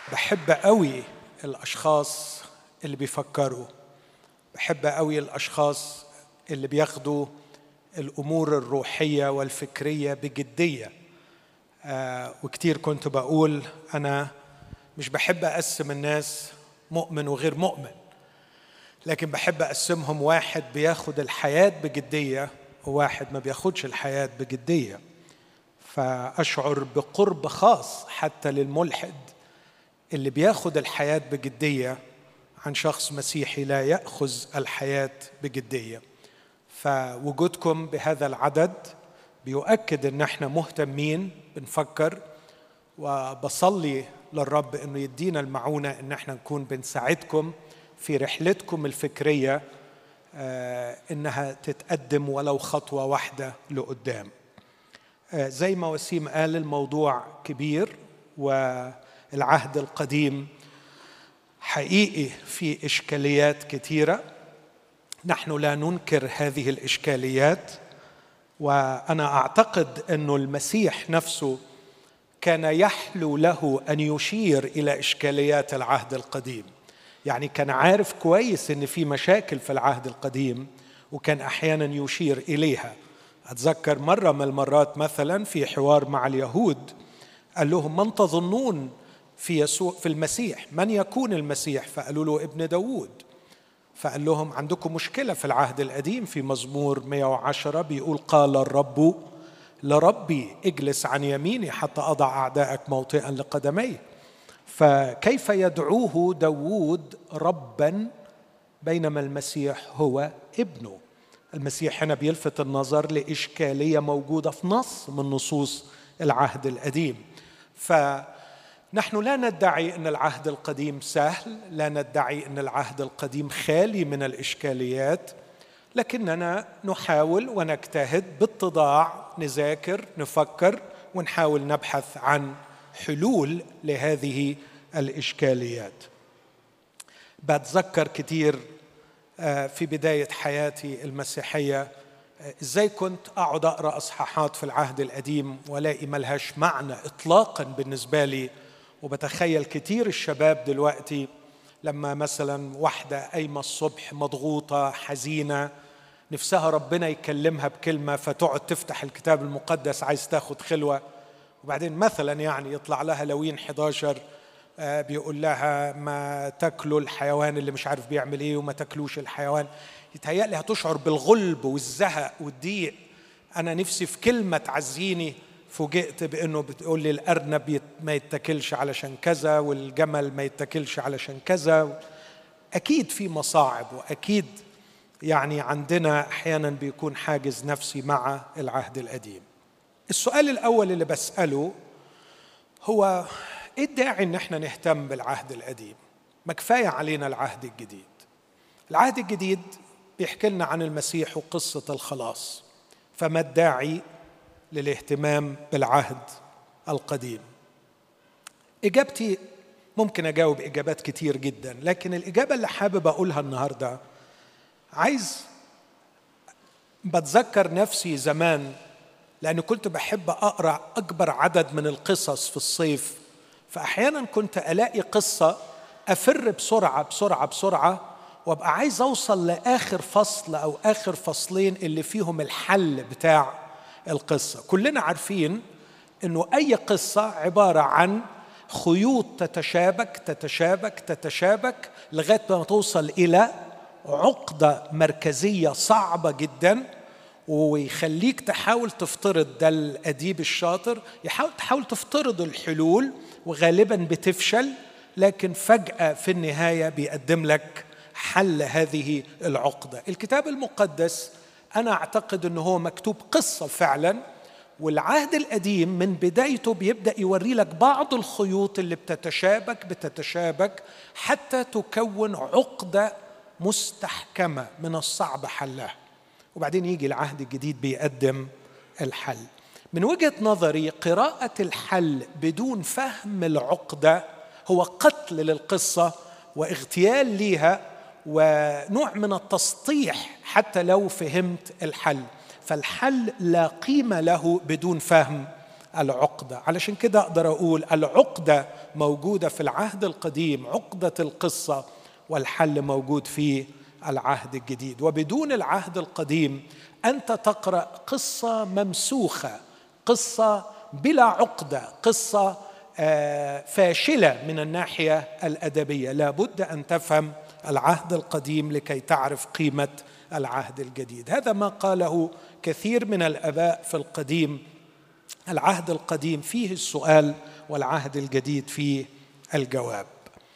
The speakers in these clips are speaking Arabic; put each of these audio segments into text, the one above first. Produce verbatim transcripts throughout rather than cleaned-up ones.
بحب قوي الأشخاص اللي بيفكروا، بحب قوي الأشخاص اللي بياخدوا الأمور الروحية والفكرية بجدية. آه وكتير كنت بقول أنا مش بحب أقسم الناس مؤمن وغير مؤمن، لكن بحب أقسمهم واحد بياخد الحياة بجدية وواحد ما بياخدش الحياة بجدية. فأشعر بقرب خاص حتى للملحد اللي بياخد الحياة بجدية عن شخص مسيحي لا يأخذ الحياة بجدية. فوجودكم بهذا العدد بيؤكد ان احنا مهتمين بنفكر، وبصلي للرب انه يدينا المعونة ان احنا نكون بنساعدكم في رحلتكم الفكرية، آه انها تتقدم ولو خطوة واحدة لقدام. آه زي ما وسيم قال، الموضوع كبير والعهد القديم حقيقي في إشكاليات كثيرة. نحن لا ننكر هذه الإشكاليات، وأنا أعتقد أن المسيح نفسه كان يحلو له أن يشير إلى إشكاليات العهد القديم. يعني كان عارف كويس أن في مشاكل في العهد القديم وكان أحيانا يشير إليها. أتذكر مرة من المرات مثلا في حوار مع اليهود قال لهم: من تظنون في يسوع في المسيح؟ من يكون المسيح؟ فقالوا له: ابن داود. فقال لهم: عندكم مشكلة في العهد القديم، في مزمور مئة وعشرة بيقول: قال الرب لربي اجلس عن يميني حتى أضع أعدائك موطئا لقدمي. فكيف يدعوه داود ربا بينما المسيح هو ابنه؟ المسيح هنا بيلفت النظر لإشكالية موجودة في نص من نصوص العهد القديم. فنحن لا ندعي أن العهد القديم سهل، لا ندعي أن العهد القديم خالي من الإشكاليات، لكننا نحاول ونجتهد باتضاع، نذاكر، نفكر، ونحاول نبحث عن حلول لهذه الإشكاليات. بتذكر كتير في بداية حياتي المسيحية إزاي كنت أقعد أقرأ أصحاحات في العهد القديم ولاقي ملهاش معنى إطلاقاً بالنسبة لي. وبتخيل كتير الشباب دلوقتي لما مثلاً واحدة قايمة الصبح مضغوطة حزينة نفسها ربنا يكلمها بكلمة، فتقعد تفتح الكتاب المقدس عايز تاخد خلوة، وبعدين مثلاً يعني يطلع لها لوين إحدى عشر بيقول لها ما تاكلوا الحيوان اللي مش عارف بيعمل ايه وما تاكلوش الحيوان. يتهيألي هتشعر بالغلب والزهق والضيق. انا نفسي في كلمه تعزيني، فوجئت بانه بتقول لي الارنب ما يتاكلش علشان كذا والجمل ما يتاكلش علشان كذا. اكيد في مصاعب، واكيد يعني عندنا احيانا بيكون حاجز نفسي مع العهد القديم. السؤال الاول اللي بسأله هو: ايه الداعي ان احنا نهتم بالعهد القديم؟ ما كفايه علينا العهد الجديد. العهد الجديد بيحكي لنا عن المسيح وقصه الخلاص، فما الداعي للاهتمام بالعهد القديم؟ اجابتي ممكن اجاوب اجابات كتير جدا، لكن الاجابه اللي حابب اقولها النهارده، عايز بتذكر نفسي زمان لأن كنت بحب أقرأ أكبر عدد من القصص في الصيف، فأحياناً كنت ألاقي قصة أفر بسرعة بسرعة بسرعة وأبقى عايز أوصل لآخر فصل أو آخر فصلين اللي فيهم الحل بتاع القصة. كلنا عارفين أنه أي قصة عبارة عن خيوط تتشابك تتشابك تتشابك لغاية ما توصل إلى عقدة مركزية صعبة جداً، ويخليك تحاول تفترض. ده الأديب الشاطر يحاول تحاول تفترض الحلول، وغالباً بتفشل، لكن فجأة في النهاية بيقدم لك حل هذه العقدة. الكتاب المقدس أنا أعتقد أنه هو مكتوب قصة فعلاً، والعهد القديم من بدايته بيبدأ يوري لك بعض الخيوط اللي بتتشابك بتتشابك حتى تكون عقدة مستحكمة من الصعب حلها، وبعدين يجي العهد الجديد بيقدم الحل. من وجهة نظري قراءة الحل بدون فهم العقدة هو قتل للقصة واغتيال ليها ونوع من التسطيح حتى لو فهمت الحل. فالحل لا قيمة له بدون فهم العقدة. علشان كده أقدر أقول العقدة موجودة في العهد القديم، عقدة القصة، والحل موجود في العهد الجديد. وبدون العهد القديم أنت تقرأ قصة ممسوخة، قصة بلا عقدة، قصة فاشلة من الناحية الأدبية. لا بد أن تفهم العهد القديم لكي تعرف قيمة العهد الجديد. هذا ما قاله كثير من الآباء في القديم. العهد القديم فيه السؤال والعهد الجديد فيه الجواب.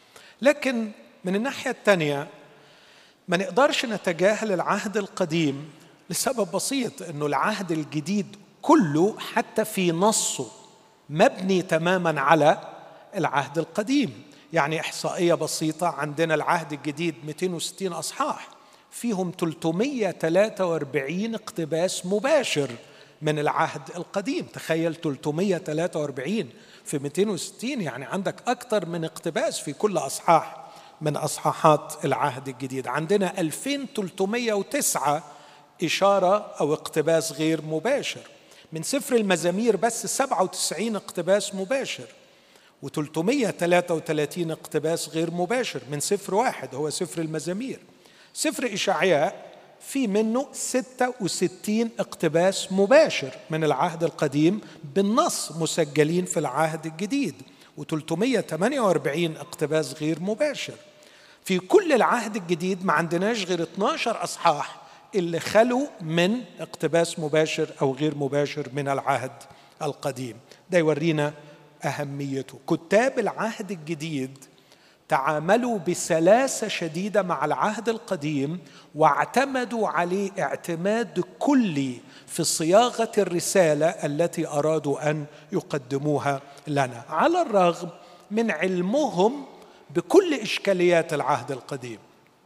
لكن من الناحية الثانية ما نقدرش نتجاهل العهد القديم لسبب بسيط، أنه العهد الجديد كله حتى في نصه مبني تماما على العهد القديم. يعني إحصائية بسيطة، عندنا العهد الجديد مئتين وستين أصحاح، فيهم ثلاثمئة وثلاثة وأربعين اقتباس مباشر من العهد القديم. تخيل ثلاثمئة وثلاثة وأربعين في مئتين وستين، يعني عندك أكثر من اقتباس في كل أصحاح من أصحاحات العهد الجديد. عندنا ألفين وثلاثمئة وتسعة إشارة أو اقتباس غير مباشر. من سفر المزامير بس سبعة وتسعين اقتباس مباشر، وثلاثمئة وثلاثة وثلاثين اقتباس غير مباشر من سفر واحد هو سفر المزامير. سفر إشعياء في منه ستة وستين اقتباس مباشر من العهد القديم بالنص مسجلين في العهد الجديد، وثلاثمئة وثمانية وأربعين اقتباس غير مباشر. في كل العهد الجديد ما عندناش غير اثنا عشر أصحاح اللي خلوا من اقتباس مباشر أو غير مباشر من العهد القديم. ده يورينا أهميته. كتاب العهد الجديد تعاملوا بسلاسة شديدة مع العهد القديم، واعتمدوا عليه اعتماد كلي في صياغة الرسالة التي أرادوا أن يقدموها لنا، على الرغم من علمهم بكل إشكاليات العهد القديم.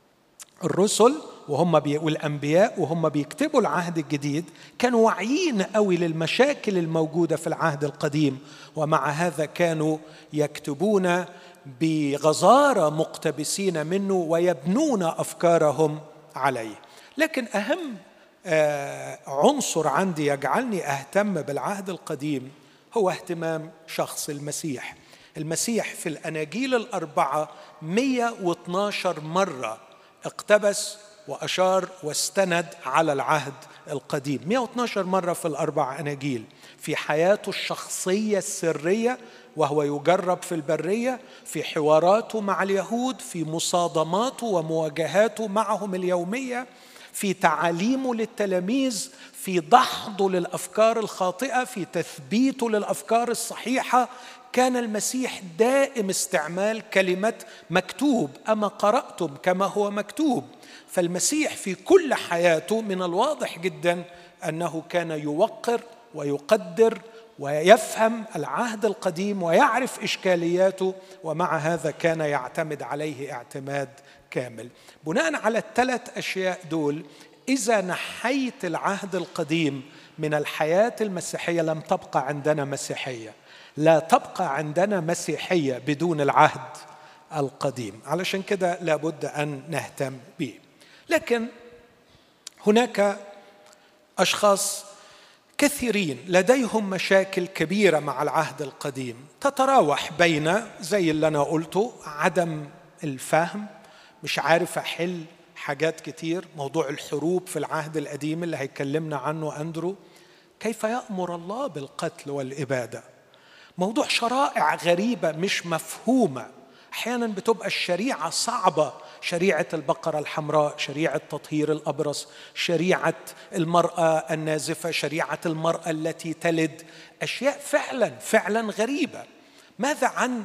الرسل وهم بي والأنبياء وهم بيكتبوا العهد الجديد كانوا واعيين قوي للمشاكل الموجودة في العهد القديم، ومع هذا كانوا يكتبون بغزارة مقتبسين منه ويبنون أفكارهم عليه. لكن أهم عنصر عندي يجعلني أهتم بالعهد القديم هو اهتمام شخص المسيح. المسيح في الأناجيل الأربعة مئة واثني عشر مرة اقتبس وأشار واستند على العهد القديم، مئة واثني عشر مرة في الأربع أناجيل. في حياته الشخصية السرية وهو يجرب في البرية، في حواراته مع اليهود، في مصادماته ومواجهاته معهم اليومية، في تعاليمه للتلاميذ، في دحضه للأفكار الخاطئة، في تثبيته للأفكار الصحيحة. كان المسيح دائم استعمال كلمة مكتوب، أما قرأتم كما هو مكتوب. فالمسيح في كل حياته من الواضح جدا أنه كان يوقر ويقدر ويفهم العهد القديم ويعرف إشكالياته، ومع هذا كان يعتمد عليه اعتماد كامل. بناء على الثلاث أشياء دول، إذا نحيت العهد القديم من الحياة المسيحية لم تبقى عندنا مسيحية. لا تبقى عندنا مسيحية بدون العهد القديم. علشان كده لابد أن نهتم به. لكن هناك أشخاص كثيرين لديهم مشاكل كبيرة مع العهد القديم، تتراوح بين زي اللي أنا قلته عدم الفهم، مش عارف أحل حاجات كتير. موضوع الحروب في العهد القديم اللي هيكلمنا عنه أندرو، كيف يأمر الله بالقتل والإبادة. موضوع شرائع غريبة مش مفهومة، أحيانا بتبقى الشريعة صعبة، شريعة البقرة الحمراء، شريعة تطهير الأبرص، شريعة المرأة النازفة، شريعة المرأة التي تلد، أشياء فعلا فعلا غريبة. ماذا عن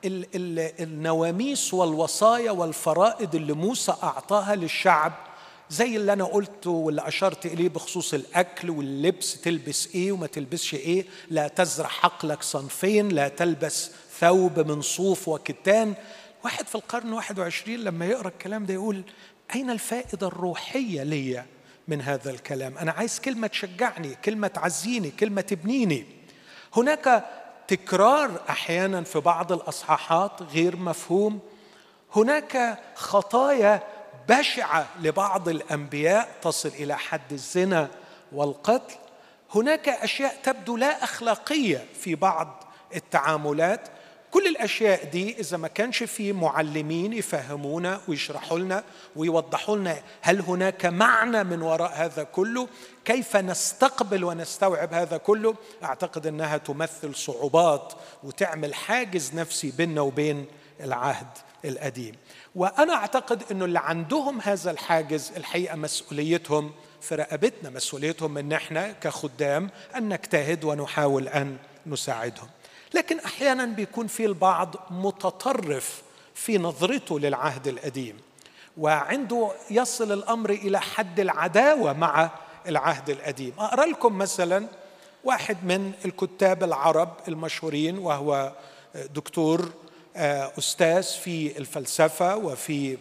النواميس والوصايا والفرائض اللي موسى أعطاها للشعب، زي اللي أنا قلته واللي أشرت إليه بخصوص الأكل واللبس، تلبس إيه وما تلبسش إيه، لا تزرع حقلك صنفين، لا تلبس ثوب من صوف وكتان. واحد في القرن الواحد والعشرين لما يقرأ الكلام ده يقول أين الفائدة الروحية لي من هذا الكلام؟ أنا عايز كلمة تشجعني، كلمة تعزيني، كلمة تبنيني. هناك تكرار أحيانا في بعض الأصحاحات غير مفهوم. هناك خطايا بشعة لبعض الأنبياء تصل إلى حد الزنا والقتل. هناك أشياء تبدو لا أخلاقية في بعض التعاملات. كل الأشياء دي إذا ما كانش في معلمين يفهمونا ويشرحوا لنا ويوضحوا لنا هل هناك معنى من وراء هذا كله، كيف نستقبل ونستوعب هذا كله، أعتقد أنها تمثل صعوبات وتعمل حاجز نفسي بيننا وبين العهد القديم. وأنا أعتقد أنه اللي عندهم هذا الحاجز الحقيقة مسؤوليتهم في رقبتنا، مسؤوليتهم أن احنا كخدام أن نجتهد ونحاول أن نساعدهم. لكن أحيانا بيكون في البعض متطرف في نظرته للعهد القديم، وعنده يصل الأمر إلى حد العداوة مع العهد القديم. أقرأ لكم مثلا واحد من الكتاب العرب المشهورين، وهو دكتور أستاذ في الفلسفة وفي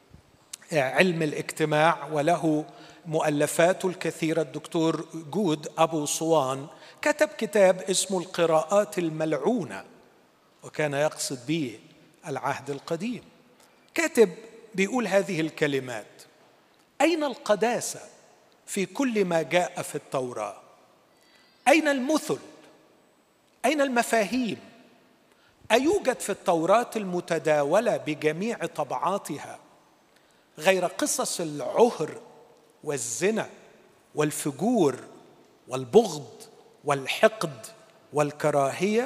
علم الاجتماع وله مؤلفاته الكثيرة، الدكتور جود أبو صوان، كتب كتاب اسمه القراءات الملعونة، وكان يقصد به العهد القديم. كاتب بيقول هذه الكلمات: أين القداسة في كل ما جاء في التوراة؟ أين المثل؟ أين المفاهيم؟ أيوجد في التوراة المتداولة بجميع طبعاتها غير قصص العهر والزنا والفجور والبغض والحقد والكراهية؟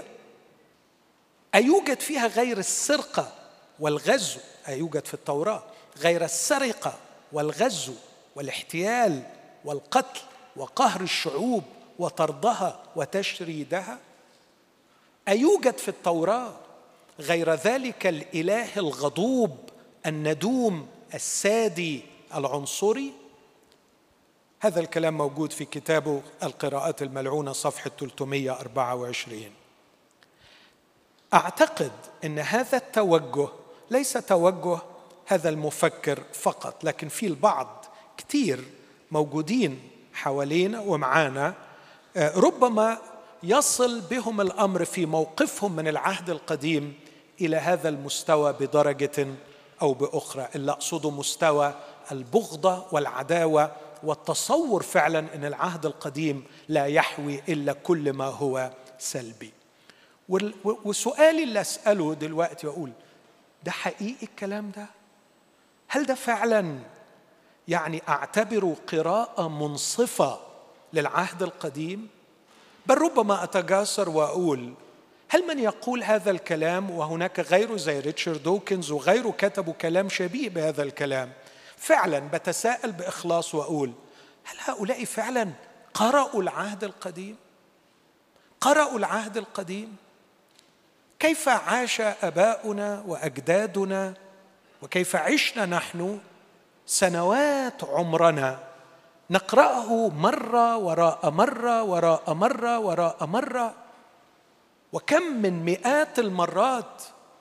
أيوجد فيها غير السرقة والغزو؟ أيوجد في التوراة غير السرقة والغزو والاحتيال والقتل وقهر الشعوب وطردها وتشريدها؟ أيوجد في التوراة غير ذلك الإله الغضوب الندوم السادي العنصري؟ هذا الكلام موجود في كتابه القراءات الملعونة صفحة ثلاثمائة وأربعة وعشرين. أعتقد أن هذا التوجه ليس توجه هذا المفكر فقط، لكن في البعض كتير موجودين حوالينا ومعانا ربما يصل بهم الأمر في موقفهم من العهد القديم إلى هذا المستوى بدرجة أو بأخرى. اللي أقصده مستوى البغضة والعداوة والتصور فعلا أن العهد القديم لا يحوي إلا كل ما هو سلبي. وسؤالي اللي أسأله دلوقتي وأقول: ده حقيقي الكلام ده؟ هل ده فعلا يعني أعتبره قراءة منصفة للعهد القديم؟ بل ربما أتجاسر وأقول: هل من يقول هذا الكلام وهناك غيره زي ريتشارد دوكنز وغيره كتبوا كلام شبيه بهذا الكلام؟ فعلا بتساءل بإخلاص وأقول: هل هؤلاء فعلا قرأوا العهد القديم؟ قرأوا العهد القديم؟ كيف عاش آباؤنا وأجدادنا وكيف عشنا نحن سنوات عمرنا نقرأه مرة وراء مرة وراء مرة وراء مرة، وكم من مئات المرات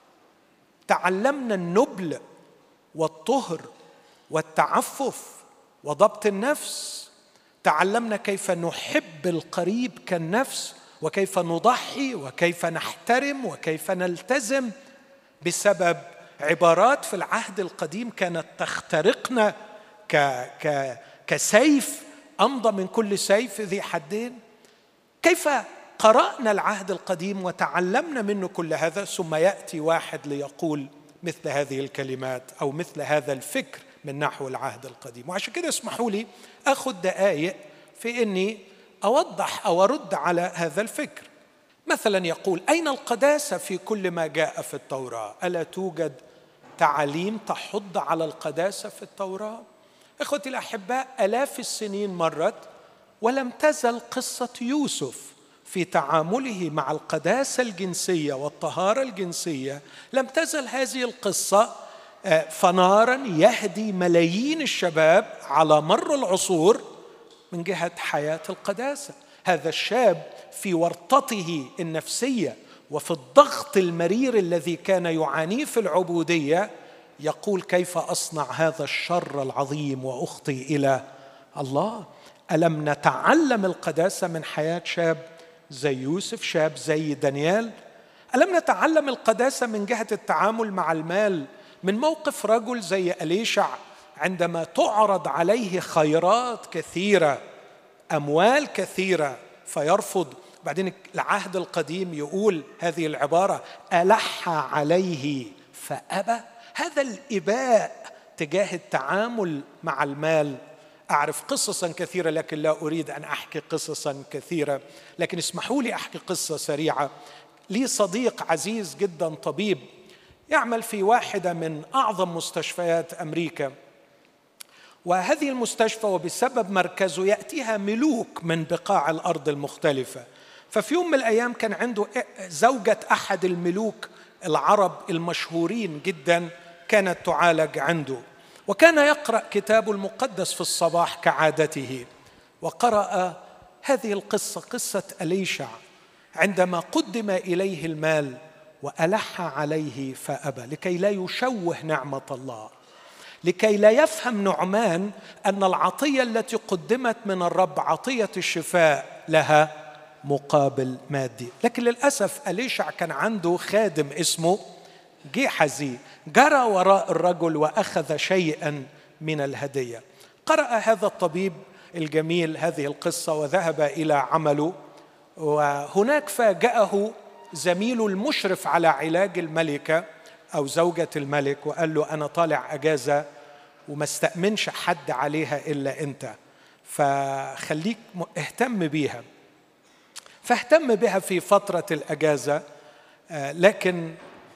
تعلمنا النبل والطهر والتعفف وضبط النفس، تعلمنا كيف نحب القريب كالنفس وكيف نضحي وكيف نحترم وكيف نلتزم بسبب عبارات في العهد القديم كانت تخترقنا ك ك كسيف أمضى من كل سيف ذي حدين. كيف قرأنا العهد القديم وتعلمنا منه كل هذا، ثم يأتي واحد ليقول مثل هذه الكلمات أو مثل هذا الفكر من نحو العهد القديم. وعشان كده اسمحوا لي أخذ دقائق في أني أوضح أو أرد على هذا الفكر. مثلا يقول: أين القداسة في كل ما جاء في التوراة؟ ألا توجد تعاليم تحض على القداسة في التوراة؟ إخوتي الأحباء، آلاف السنين مرت ولم تزل قصة يوسف في تعامله مع القداسة الجنسية والطهارة الجنسية، لم تزل هذه القصة فنارا يهدي ملايين الشباب على مر العصور من جهة حياة القداسة. هذا الشاب في ورطته النفسية وفي الضغط المرير الذي كان يعانيه في العبودية يقول: كيف أصنع هذا الشر العظيم وأخطي إلى الله؟ ألم نتعلم القداسة من حياة شاب زي يوسف، شاب زي دانيال؟ ألم نتعلم القداسة من جهة التعامل مع المال من موقف رجل زي أليشع عندما تعرض عليه خيرات كثيرة، أموال كثيرة، فيرفض. بعدين العهد القديم يقول هذه العبارة: ألح عليه فأبى. هذا الإباء تجاه التعامل مع المال. أعرف قصصا كثيرة لكن لا أريد أن أحكي قصصا كثيرة، لكن اسمحوا لي أحكي قصة سريعة. لي صديق عزيز جدا طبيب يعمل في واحدة من أعظم مستشفيات أمريكا، وهذه المستشفى وبسبب مركزه يأتيها ملوك من بقاع الأرض المختلفة. ففي يوم من الأيام كان عنده زوجة أحد الملوك العرب المشهورين جدا كانت تعالج عنده، وكان يقرأ كتابه المقدس في الصباح كعادته، وقرأ هذه القصة، قصة أليشع عندما قدم إليه المال وألح عليه فأبى، لكي لا يشوه نعمة الله، لكي لا يفهم نعمان أن العطية التي قدمت من الرب عطية الشفاء لها مقابل مادي. لكن للأسف أليشع كان عنده خادم اسمه جيحزي، جرى وراء الرجل وأخذ شيئا من الهدية. قرأ هذا الطبيب الجميل هذه القصة وذهب إلى عمله، وهناك فاجأه زميله المشرف على علاج الملكة أو زوجة الملك، وقال له: أنا طالع أجازة وما استأمنش حد عليها إلا أنت، فخليك اهتم بيها. فاهتم بها في فترة الأجازة، لكن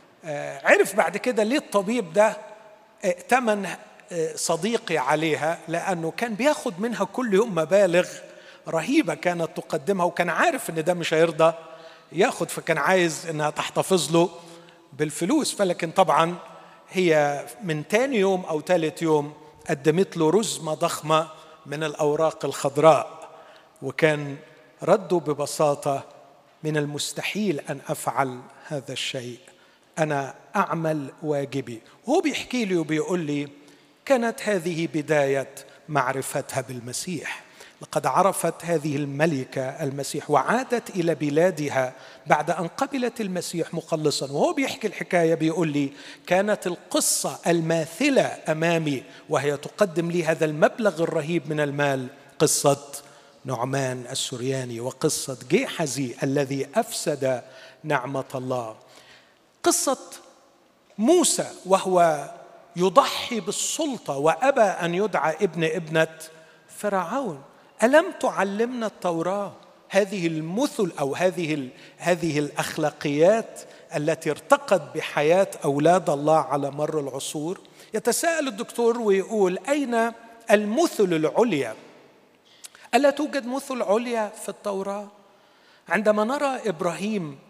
عرف بعد كده ليه الطبيب ده ائتمن صديقي عليها، لأنه كان بياخد منها كل يوم مبالغ رهيبة كانت تقدمها، وكان عارف أن ده مش هيرضى ياخد، فكان عايز أنها تحتفظ له بالفلوس. فلكن طبعا هي من تاني يوم أو ثالث يوم قدمت له رزمة ضخمة من الأوراق الخضراء، وكان رده ببساطة: من المستحيل أن أفعل هذا الشيء، أنا أعمل واجبي. وهو بيحكي لي وبيقول لي: كانت هذه بداية معرفتها بالمسيح. لقد عرفت هذه الملكة المسيح وعادت إلى بلادها بعد أن قبلت المسيح مخلصا. وهو بيحكي الحكاية بيقول لي: كانت القصة الماثلة أمامي وهي تقدم لي هذا المبلغ الرهيب من المال قصة نعمان السورياني وقصة جيحزي الذي أفسد نعمة الله. قصة موسى وهو يضحي بالسلطة وأبى أن يدعى ابن ابنة فرعون. ألم تعلمنا التوراة هذه المثل أو هذه هذه الأخلاقيات التي ارتقت بحياة أولاد الله على مر العصور؟ يتساءل الدكتور ويقول: أين المثل العليا؟ ألا توجد مثل عليا في التوراة؟ عندما نرى إبراهيم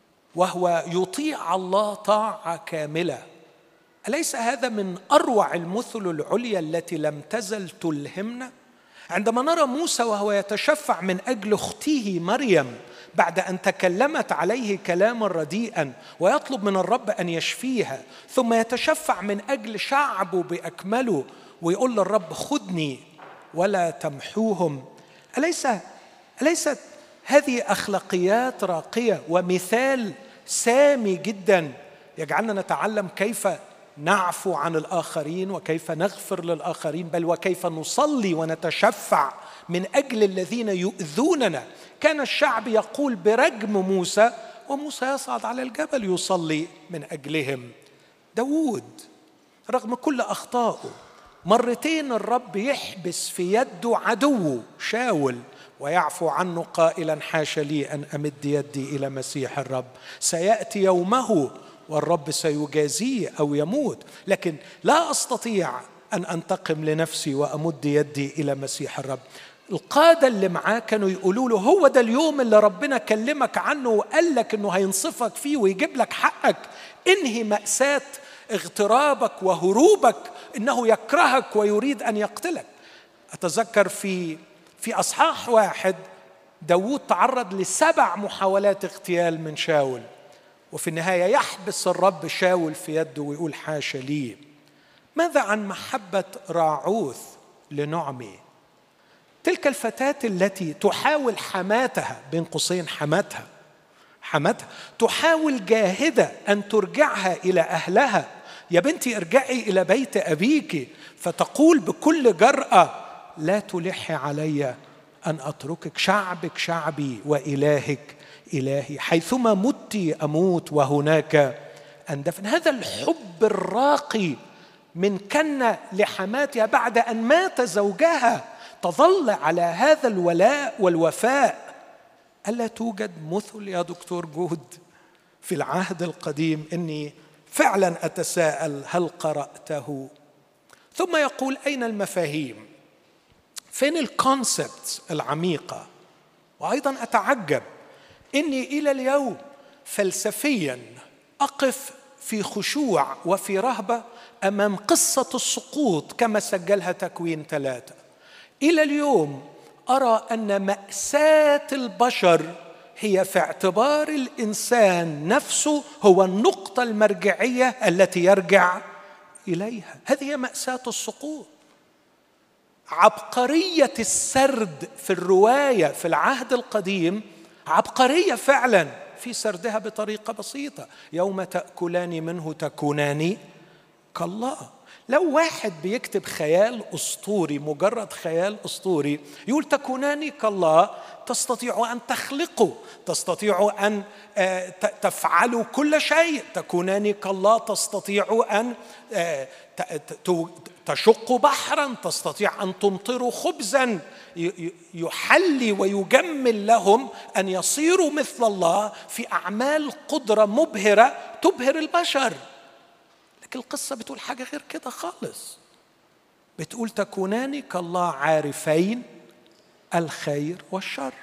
وهو يطيع الله طاعة كاملة، أليس هذا من أروع المثل العليا التي لم تزل تلهمنا؟ عندما نرى موسى وهو يتشفع من أجل أخته مريم بعد أن تكلمت عليه كلاما رديئا ويطلب من الرب أن يشفيها، ثم يتشفع من أجل شعبه بأكمله ويقول للرب: خذني ولا تمحوهم. أليس أليست هذه أخلاقيات راقية ومثال سامي جدا يجعلنا نتعلم كيف نعفو عن الآخرين وكيف نغفر للآخرين، بل وكيف نصلي ونتشفع من أجل الذين يؤذوننا. كان الشعب يقول برجم موسى، وموسى يصعد على الجبل يصلي من أجلهم. داود رغم كل أخطائه مرتين الرب يحبس في يده عدوه شاول ويعفو عنه قائلا: حاشا لي أن أمد يدي إلى مسيح الرب، سيأتي يومه والرب سيجازيه أو يموت، لكن لا أستطيع أن أنتقم لنفسي وأمد يدي إلى مسيح الرب. القادة اللي معاه كانوا يقولوا له: هو ده اليوم اللي ربنا كلمك عنه وقال لك أنه هينصفك فيه ويجيب لك حقك، انهي مأساة اغترابك وهروبك، إنه يكرهك ويريد أن يقتلك. أتذكر في في أصحاح واحد داود تعرض لسبع محاولات اغتيال من شاول، وفي النهاية يحبس الرب شاول في يده ويقول: حاشا لي. ماذا عن محبة راعوث لنعمي، تلك الفتاة التي تحاول حماتها، بين قوسين حماتها حماتها تحاول جاهدة أن ترجعها إلى أهلها: يا بنتي ارجعي إلى بيت أبيك، فتقول بكل جرأة: لا تلحي علي أن أتركك، شعبك شعبي وإلهك إلهي، حيثما مت أموت وهناك أندفن. هذا الحب الراقي من كنة لحماتها بعد أن مات زوجها، تظل على هذا الولاء والوفاء. ألا توجد مثل يا دكتور جود في العهد القديم؟ إني فعلا أتساءل هل قرأته؟ ثم يقول أين المفاهيم؟ فين الكونسبتس العميقة؟ وأيضا أتعجب إني إلى اليوم فلسفيا أقف في خشوع وفي رهبة أمام قصة السقوط كما سجلها تكوين ثلاثة. إلى اليوم أرى أن مأساة البشر هي في اعتبار الإنسان نفسه هو النقطة المرجعية التي يرجع إليها. هذه هي مأساة السقوط. عبقرية السرد في الرواية في العهد القديم عبقرية فعلا في سردها بطريقة بسيطة. يوم تأكلان منه تكونان كالله. لو واحد بيكتب خيال أسطوري، مجرد خيال أسطوري، يقول تكونان كالله، تستطيع أن تخلقوا، تستطيع أن تفعلوا كل شيء. تكونان كالله، تستطيع أن تشق بحرا، تستطيع أن تمطر خبزا، يحلي ويجمل لهم أن يصيروا مثل الله في أعمال قدرة مبهرة تبهر البشر. لكن القصة بتقول حاجة غير كده خالص. بتقول تكونان كالله عارفين الخير والشر.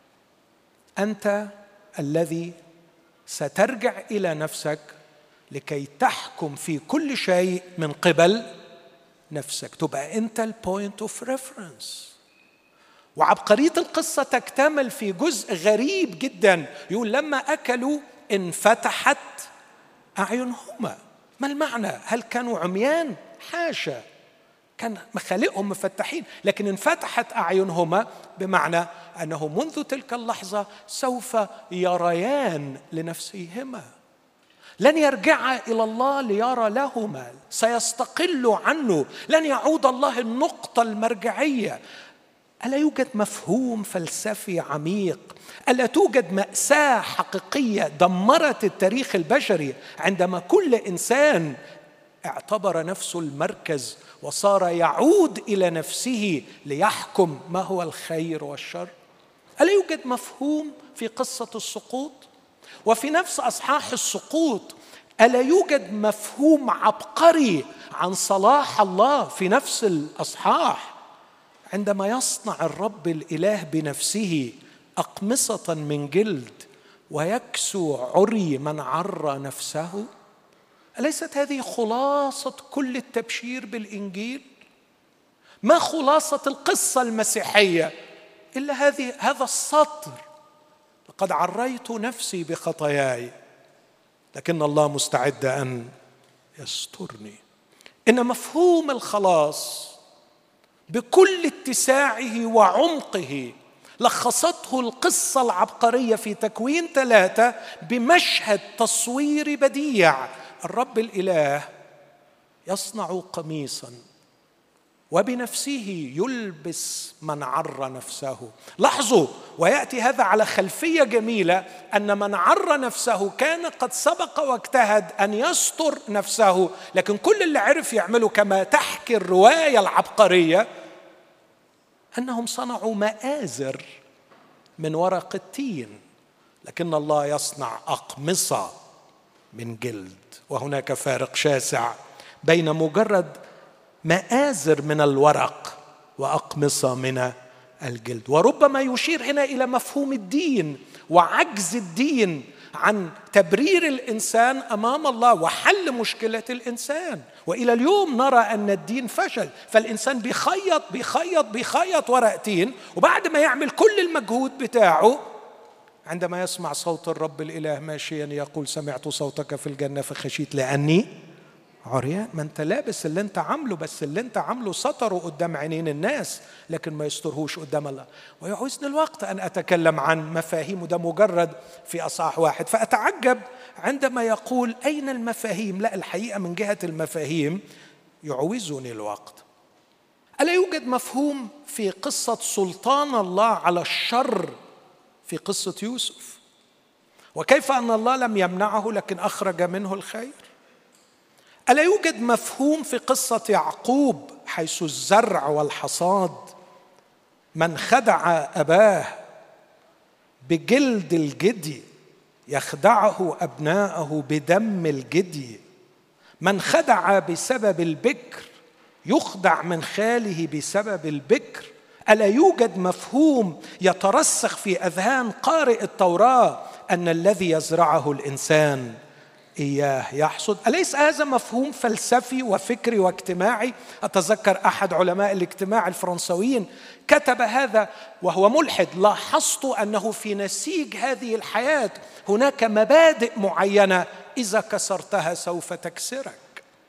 أنت الذي سترجع إلى نفسك لكي تحكم في كل شيء من قبل نفسك، تبقى أنت البوينت اوف ريفرنس. وعبقرية القصة تكتمل في جزء غريب جدا، يقول لما أكلوا انفتحت أعينهما. ما المعنى؟ هل كانوا عميان؟ حاشا، كان مخالقهم مفتحين، لكن انفتحت أعينهما بمعنى أنه منذ تلك اللحظة سوف يريان لنفسهما، لن يرجعا إلى الله ليرى لهما، سيستقل عنه، لن يعود الله النقطة المرجعية. ألا يوجد مفهوم فلسفي عميق؟ ألا توجد مأساة حقيقية دمرت التاريخ البشري عندما كل إنسان اعتبر نفسه المركز وصار يعود إلى نفسه ليحكم ما هو الخير والشر؟ ألا يوجد مفهوم في قصة السقوط؟ وفي نفس أصحاح السقوط ألا يوجد مفهوم عبقري عن صلاح الله في نفس الأصحاح، عندما يصنع الرب الإله بنفسه أقمصة من جلد ويكسو عري من عرى نفسه؟ أليست هذه خلاصة كل التبشير بالإنجيل؟ ما خلاصة القصة المسيحية إلا هذه هذا السطر: لقد عريت نفسي بخطاياي لكن الله مستعد أن يسترني. إن مفهوم الخلاص بكل اتساعه وعمقه لخصته القصة العبقرية في تكوين ثلاثة بمشهد تصويري بديع. الرب الإله يصنع قميصا وبنفسه يلبس من عرى نفسه. لاحظوا، ويأتي هذا على خلفية جميلة، أن من عرى نفسه كان قد سبق واجتهد أن يستر نفسه، لكن كل اللي عرف يعمله كما تحكي الرواية العبقرية أنهم صنعوا مآزر من ورق التين، لكن الله يصنع أقمصة من جلد. وهناك فارق شاسع بين مجرد مآزر من الورق وأقمصة من الجلد. وربما يشير هنا إلى مفهوم الدين وعجز الدين عن تبرير الإنسان أمام الله وحل مشكلة الإنسان. وإلى اليوم نرى أن الدين فشل، فالإنسان بيخيط بيخيط بيخيط ورقتين، وبعد ما يعمل كل المجهود بتاعه عندما يسمع صوت الرب الإله ماشيا يقول سمعت صوتك في الجنة فخشيت لأني عريان. ما انت لابس اللي انت عامله، بس اللي انت عامله سطره قدام عينين الناس لكن ما يسترهوش قدام الله. ويعوزني الوقت أن أتكلم عن مفاهيم، ده مجرد في أصحاح واحد. فأتعجب عندما يقول أين المفاهيم؟ لا، الحقيقة من جهة المفاهيم يعوزني الوقت. ألا يوجد مفهوم في قصة سلطان الله على الشر في قصة يوسف؟ وكيف أن الله لم يمنعه لكن أخرج منه الخير؟ ألا يوجد مفهوم في قصة يعقوب حيث الزرع والحصاد؟ من خدع أباه بجلد الجدي يخدعه أبناءه بدم الجدي. من خدع بسبب البكر يخدع من خاله بسبب البكر. ألا يوجد مفهوم يترسخ في أذهان قارئ التوراة أن الذي يزرعه الإنسان إياه يحصد؟ أليس هذا مفهوم فلسفي وفكري واجتماعي؟ أتذكر أحد علماء الاجتماع الفرنسويين كتب هذا وهو ملحد: لاحظت أنه في نسيج هذه الحياة هناك مبادئ معينة إذا كسرتها سوف تكسرك.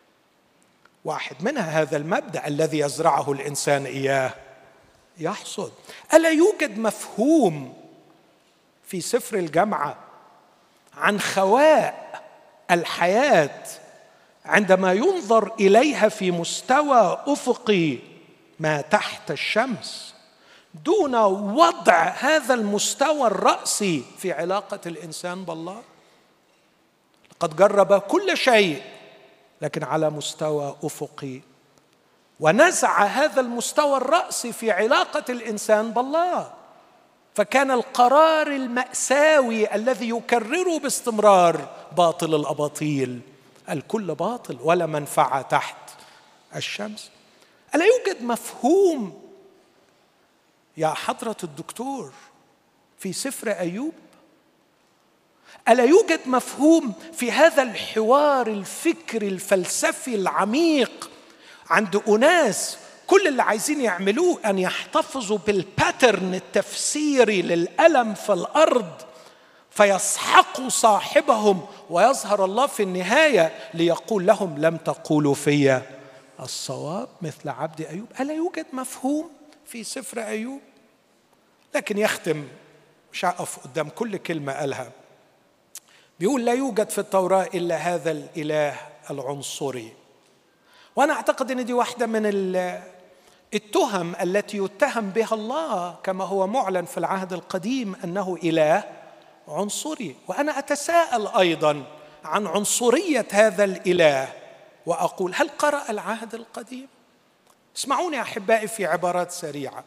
واحد منها هذا المبدأ: الذي يزرعه الإنسان إياه يحصد. ألا يوجد مفهوم في سفر الجامعة عن خواء الحياة عندما ينظر إليها في مستوى أفقي ما تحت الشمس دون وضع هذا المستوى الرأسي في علاقة الإنسان بالله؟ لقد جرب كل شيء لكن على مستوى أفقي، ونزع هذا المستوى الرأسي في علاقة الإنسان بالله، فكان القرار المأساوي الذي يكرره باستمرار: باطل الأباطيل، الكل باطل ولا منفعة تحت الشمس. ألا يوجد مفهوم يا حضرة الدكتور في سفر أيوب؟ ألا يوجد مفهوم في هذا الحوار الفكري الفلسفي العميق عند أناس كل اللي عايزين يعملوه أن يحتفظوا بالباترن التفسيري للألم في الأرض فيسحقوا صاحبهم، ويظهر الله في النهاية ليقول لهم: لم تقولوا في الصواب مثل عبد أيوب؟ ألا يوجد مفهوم في سفر أيوب؟ لكن يختم، مش هقف قدام كل كلمة قالها، بيقول: لا يوجد في التوراة إلا هذا الإله العنصري. وأنا أعتقد أن دي واحدة من التهم التي يتهم بها الله كما هو معلن في العهد القديم أنه إله عنصري. وأنا أتساءل أيضا عن عنصرية هذا الإله وأقول: هل قرأ العهد القديم؟ اسمعوني أحبائي في عبارات سريعة.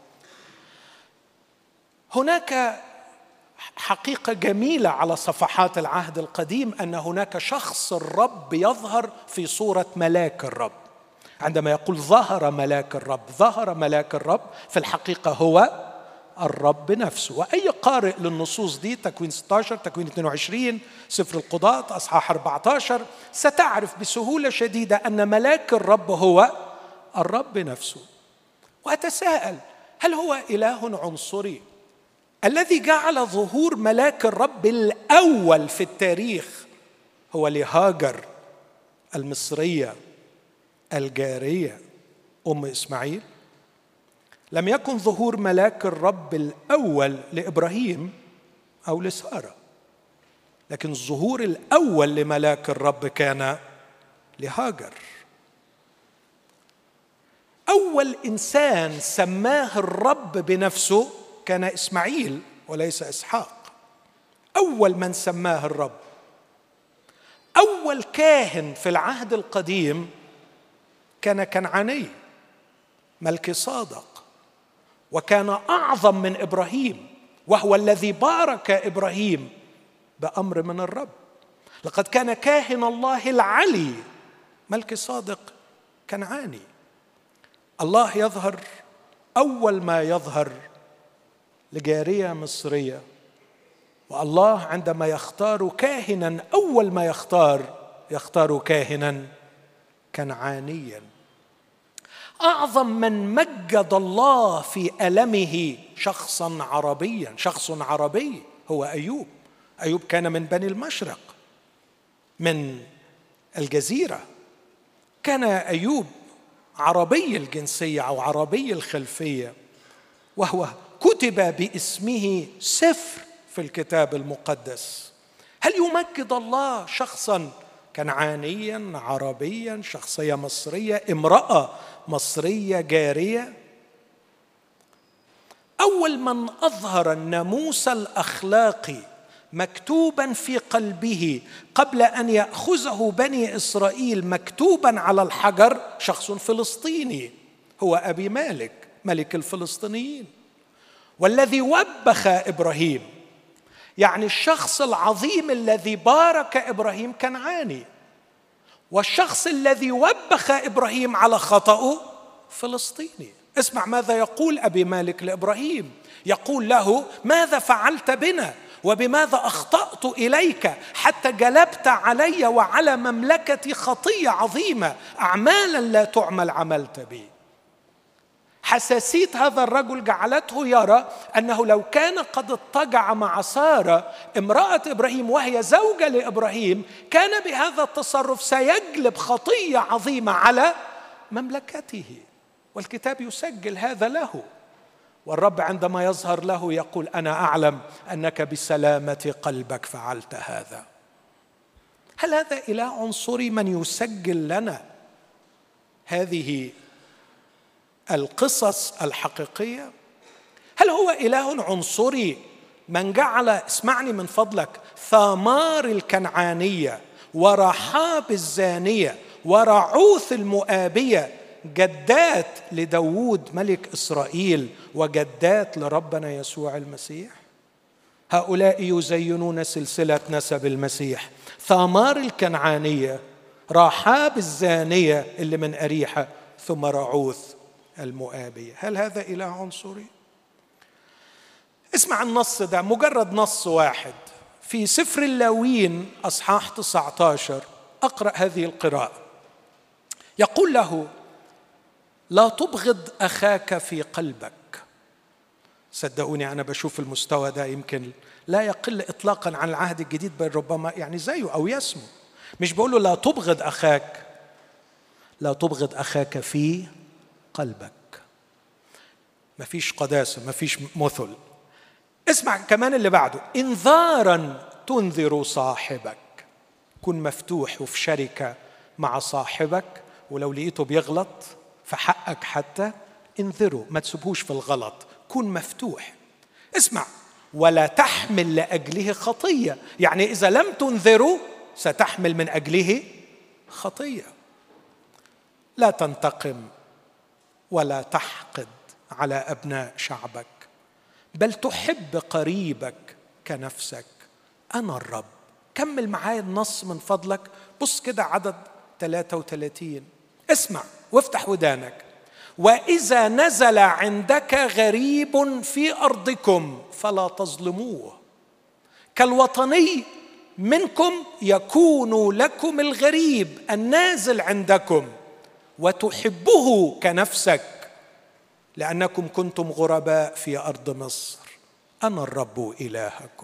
هناك حقيقة جميلة على صفحات العهد القديم أن هناك شخص الرب يظهر في صورة ملاك الرب. عندما يقول ظهر ملاك الرب، ظهر ملاك الرب في الحقيقة هو الرب نفسه. وأي قارئ للنصوص دي، تكوين ستة عشر، تكوين اثنين وعشرين، سفر القضاة، أصحاح أربعة عشر، ستعرف بسهولة شديدة أن ملاك الرب هو الرب نفسه. وأتساءل: هل هو إله عنصري الذي جعل ظهور ملاك الرب الأول في التاريخ هو لهاجر المصرية الجارية أم إسماعيل؟ لم يكن ظهور ملاك الرب الأول لإبراهيم أو لسارة، لكن الظهور الأول لملاك الرب كان لهاجر. أول إنسان سماه الرب بنفسه كان إسماعيل وليس إسحاق. أول من سماه الرب. أول كاهن في العهد القديم كان كنعاني، ملكي صادق، وكان أعظم من إبراهيم، وهو الذي بارك إبراهيم بأمر من الرب. لقد كان كاهن الله العلي ملكي صادق كنعاني. الله يظهر أول ما يظهر لجارية مصرية، والله عندما يختار كاهنا أول ما يختار يختار كاهنا كنعانيا. أعظم من مجد الله في ألمه شخصا عربيا، شخص عربي هو أيوب. أيوب كان من بني المشرق، من الجزيرة. كان أيوب عربي الجنسية أو عربي الخلفية، وهو كتب باسمه سفر في الكتاب المقدس. هل يمجد الله شخصا كنعانيا عربيا، شخصية مصرية، امرأة مصرية جارية. أول من أظهر الناموس الأخلاقي مكتوبا في قلبه قبل أن يأخذه بني إسرائيل مكتوبا على الحجر شخص فلسطيني، هو أبي مالك ملك الفلسطينيين، والذي وبخ إبراهيم. يعني الشخص العظيم الذي بارك إبراهيم كنعاني، والشخص الذي وبخ إبراهيم على خطأه فلسطيني. اسمع ماذا يقول أبي مالك لإبراهيم، يقول له: ماذا فعلت بنا وبماذا أخطأت إليك حتى جلبت علي وعلى مملكتي خطية عظيمة، أعمالا لا تعمل عملت بي. حساسية هذا الرجل جعلته يرى أنه لو كان قد اضطجع مع سارة امرأة إبراهيم وهي زوجة لإبراهيم، كان بهذا التصرف سيجلب خطية عظيمة على مملكته، والكتاب يسجل هذا له. والرب عندما يظهر له يقول: أنا أعلم أنك بسلامة قلبك فعلت هذا. هل هذا إله عنصري من يسجل لنا هذه القصص الحقيقية؟ هل هو إله عنصري من جعل، اسمعني من فضلك، ثامار الكنعانية ورحاب الزانية ورعوث المؤابية جدات لداود ملك إسرائيل وجدات لربنا يسوع المسيح؟ هؤلاء يزينون سلسلة نسب المسيح، ثامار الكنعانية، رحاب الزانية اللي من أريحة، ثم رعوث المؤابية. هل هذا إله عنصري؟ اسمع النص ده، مجرد نص واحد في سفر اللاويين أصحاح تسعة عشر. أقرأ هذه القراءة. يقول له: لا تبغض أخاك في قلبك. صدقوني أنا بشوف المستوى ده يمكن لا يقل إطلاقا عن العهد الجديد، بل ربما يعني زيه أو يسمو. مش بقول له لا تبغض أخاك، لا تبغض أخاك في قلبك. مفيش قداسة، مفيش مثل. اسمع كمان اللي بعده: إنذارا تنذر صاحبك. كن مفتوح وفي شركة مع صاحبك، ولو لقيته بيغلط فحقك حتى انذره، ما تسيبهوش في الغلط، كن مفتوح. اسمع: ولا تحمل لأجله خطية. يعني إذا لم تنذره ستحمل من أجله خطية. لا تنتقم ولا تحقد على أبناء شعبك، بل تحب قريبك كنفسك، أنا الرب. كمل معايا النص من فضلك، بص كده عدد ثلاثة وثلاثين. اسمع وافتح ودانك: وإذا نزل عندك غريب في أرضكم فلا تظلموه، كالوطني منكم يكون لكم الغريب النازل عندكم، وتحبه كنفسك، لأنكم كنتم غرباء في أرض مصر، أنا الرب إلهكم.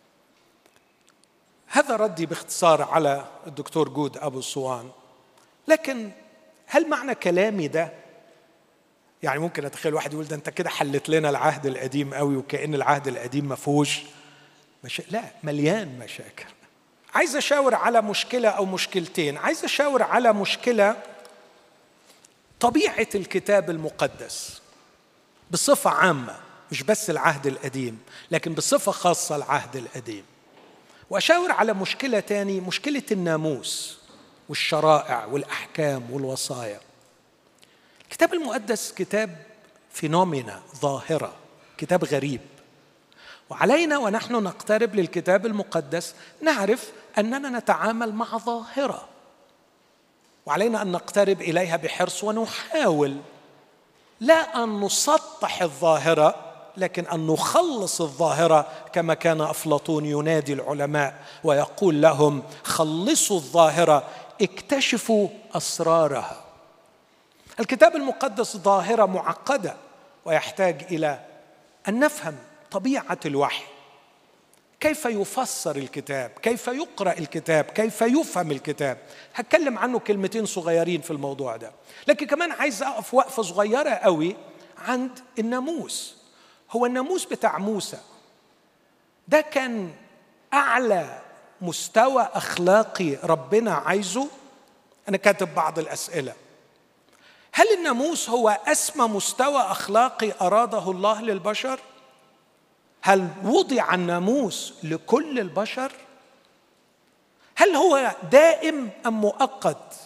هذا ردي باختصار على الدكتور جود أبو صوان. لكن هل معنى كلامي ده، يعني ممكن أتخيل واحد يقول ده أنت كده حلت لنا العهد القديم قوي وكأن العهد القديم ما فيهوش مش... لا، مليان مشاكل. عايز أشاور على مشكلة أو مشكلتين. عايز أشاور على مشكلة طبيعة الكتاب المقدس بصفة عامة، مش بس العهد القديم لكن بصفة خاصة العهد القديم. وأشاور على مشكلة تاني، مشكلة الناموس والشرائع والأحكام والوصايا. الكتاب المقدس كتاب فينومينا، ظاهرة، كتاب غريب، وعلينا ونحن نقترب للكتاب المقدس نعرف أننا نتعامل مع ظاهرة، وعلينا أن نقترب إليها بحرص ونحاول لا أن نسطح الظاهرة لكن أن نخلص الظاهرة، كما كان أفلاطون ينادي العلماء ويقول لهم: خلصوا الظاهرة، اكتشفوا أسرارها. الكتاب المقدس ظاهرة معقدة، ويحتاج إلى أن نفهم طبيعة الوحي، كيف يفسر الكتاب، كيف يقرأ الكتاب، كيف يفهم الكتاب. هتكلم عنه كلمتين صغيرين في الموضوع ده، لكن كمان عايز أقف وقفة صغيرة قوي عند الناموس. هو الناموس بتاع موسى ده كان أعلى مستوى أخلاقي ربنا عايزه؟ أنا كاتب بعض الأسئلة. هل الناموس هو أسمى مستوى أخلاقي أراده الله للبشر؟ هل وضع الناموس لكل البشر؟ هل هو دائم أم مؤقت؟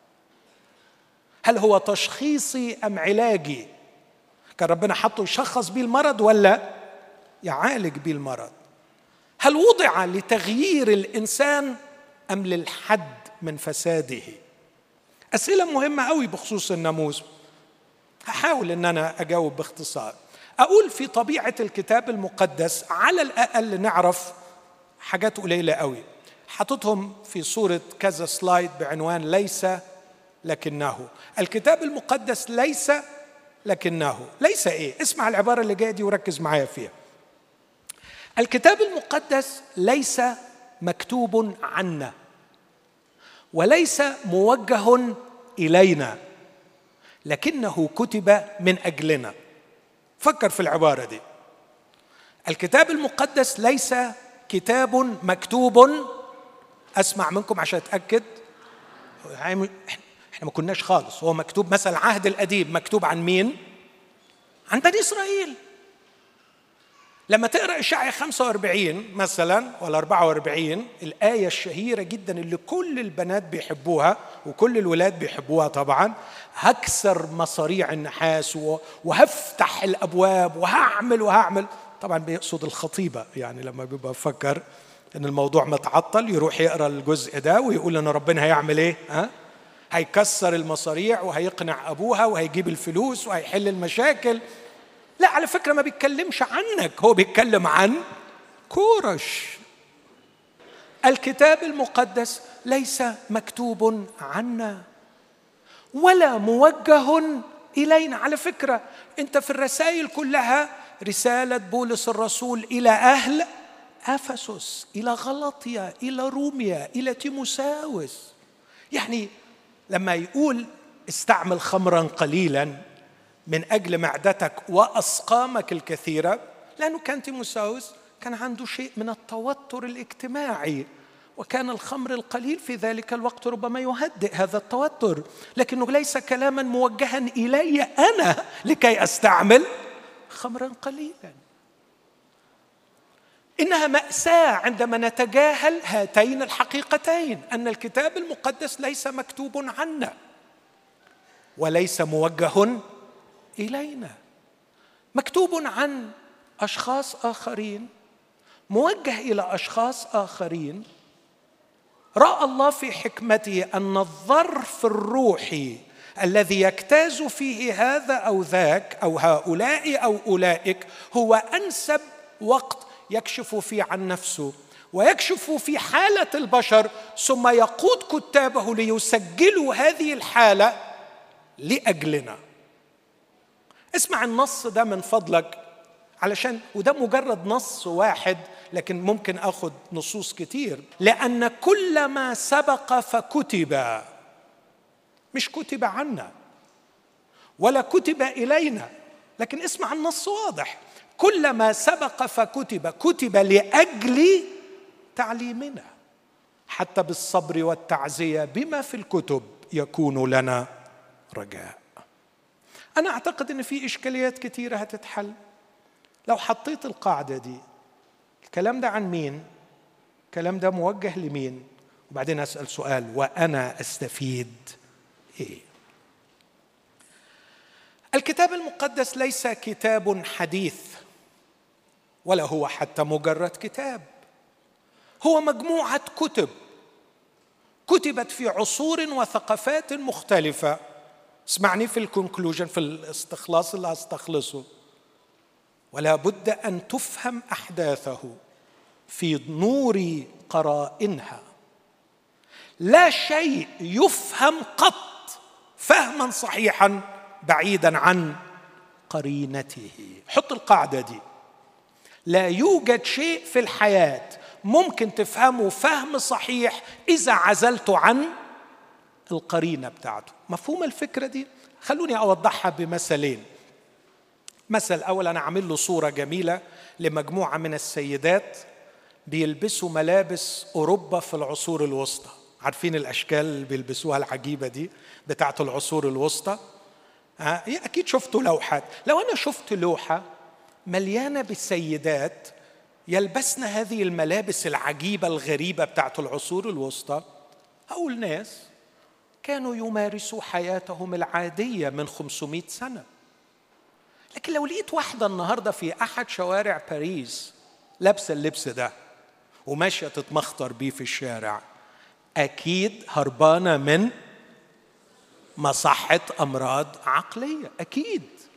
هل هو تشخيصي أم علاجي؟ كان ربنا حطه يشخص بيه المرض ولا يعالج بيه المرض؟ هل وضع لتغيير الإنسان أم للحد من فساده؟ أسئلة مهمة قوي بخصوص الناموس. هحاول أن أنا أجاوب باختصار. أقول في طبيعة الكتاب المقدس على الأقل نعرف حاجات قليلة قوي، حطتهم في صورة كذا سلايد بعنوان ليس لكنه. الكتاب المقدس ليس لكنه. ليس إيه؟ اسمع العبارة اللي جاية دي وركز معايا فيها. الكتاب المقدس ليس مكتوب عنا، وليس موجه إلينا، لكنه كتب من أجلنا. فكر في العبارة دي. الكتاب المقدس ليس كتاب مكتوب، أسمع منكم عشان أتأكد، احنا ما كناش خالص. هو مكتوب مثلا العهد القديم مكتوب عن مين؟ عن بني إسرائيل. لما تقرأ إشعياء خمسة وأربعين مثلا ولا أربعة وأربعين، الآية الشهيرة جدا اللي كل البنات بيحبوها وكل الولاد بيحبوها طبعا، هكسر مصاريع النحاس وهفتح الأبواب وهعمل وهعمل. طبعا بيقصد الخطيبة، يعني لما بيبقى بفكر إن الموضوع متعطل يروح يقرأ الجزء ده ويقول إن ربنا هيعمل إيه؟ ها؟ هيكسر المصاريع وهيقنع أبوها وهيجيب الفلوس وهيحل المشاكل. لا، على فكرة ما بيتكلمش عنك، هو بيتكلم عن كورش. الكتاب المقدس ليس مكتوب عنا ولا موجه إلينا. على فكرة أنت في الرسائل كلها رسالة بولس الرسول إلى أهل أفسس، إلى غلطية، إلى روميا، إلى تيموساوس. يعني لما يقول استعمل خمرا قليلا من أجل معدتك وأسقامك الكثيرة، لأنه كان تيموساوس كان عنده شيء من التوتر الاجتماعي، وكان الخمر القليل في ذلك الوقت ربما يهدئ هذا التوتر، لكنه ليس كلاما موجها إلي أنا لكي أستعمل خمرا قليلا. إنها مأساة عندما نتجاهل هاتين الحقيقتين، أن الكتاب المقدس ليس مكتوب عنا وليس موجه إلينا، مكتوب عن أشخاص آخرين، موجه إلى أشخاص آخرين. رأى الله في حكمته أن الظرف الروحي الذي يجتاز فيه هذا أو ذاك أو هؤلاء أو أولئك هو أنسب وقت يكشف فيه عن نفسه ويكشف في حالة البشر، ثم يقود كتابه ليسجلوا هذه الحالة لأجلنا. اسمع النص ده من فضلك، علشان وده مجرد نص واحد لكن ممكن أخذ نصوص كتير. لأن كل ما سبق فكتب، مش كتب عنا ولا كتب إلينا، لكن اسمع النص واضح. كل ما سبق فكتب، كتب لأجل تعليمنا، حتى بالصبر والتعزية بما في الكتب يكون لنا رجاء. أنا أعتقد أن في إشكاليات كتيرة هتتحل لو حطيت القاعدة دي. الكلام ده عن مين؟ الكلام ده موجه لمين؟ وبعدين أسأل سؤال، وأنا أستفيد إيه؟ الكتاب المقدس ليس كتاب حديث، ولا هو حتى مجرد كتاب. هو مجموعة كتب كتبت في عصور وثقافات مختلفة. اسمعني في الكونكلوجن، في الاستخلاص اللي هستخلصه. ولا بد أن تفهم أحداثه في نور قرائنها. لا شيء يفهم قط فهما صحيحا بعيدا عن قرينته. حط القاعدة دي، لا يوجد شيء في الحياة ممكن تفهمه فهم صحيح إذا عزلت عن القرينة بتاعته. مفهوم الفكرة دي؟ خلوني أوضحها بمثلين. مثل أول، أنا عامل له صورة جميلة لمجموعة من السيدات بيلبسوا ملابس أوروبا في العصور الوسطى. عارفين الأشكال اللي بيلبسوها العجيبة دي بتاعت العصور الوسطى؟ آه أكيد شفتوا لوحات. لو أنا شفت لوحة مليانة بالسيدات يلبسن هذه الملابس العجيبة الغريبة بتاعت العصور الوسطى، هقول ناس كانوا يمارسوا حياتهم العادية من خمسمائة سنة. لكن لو لقيت واحدة النهاردة في أحد شوارع باريس لابسة اللبس ده وماشية تتمخطر بيه في الشارع، أكيد هربانة من مصحة أمراض عقلية. أكيد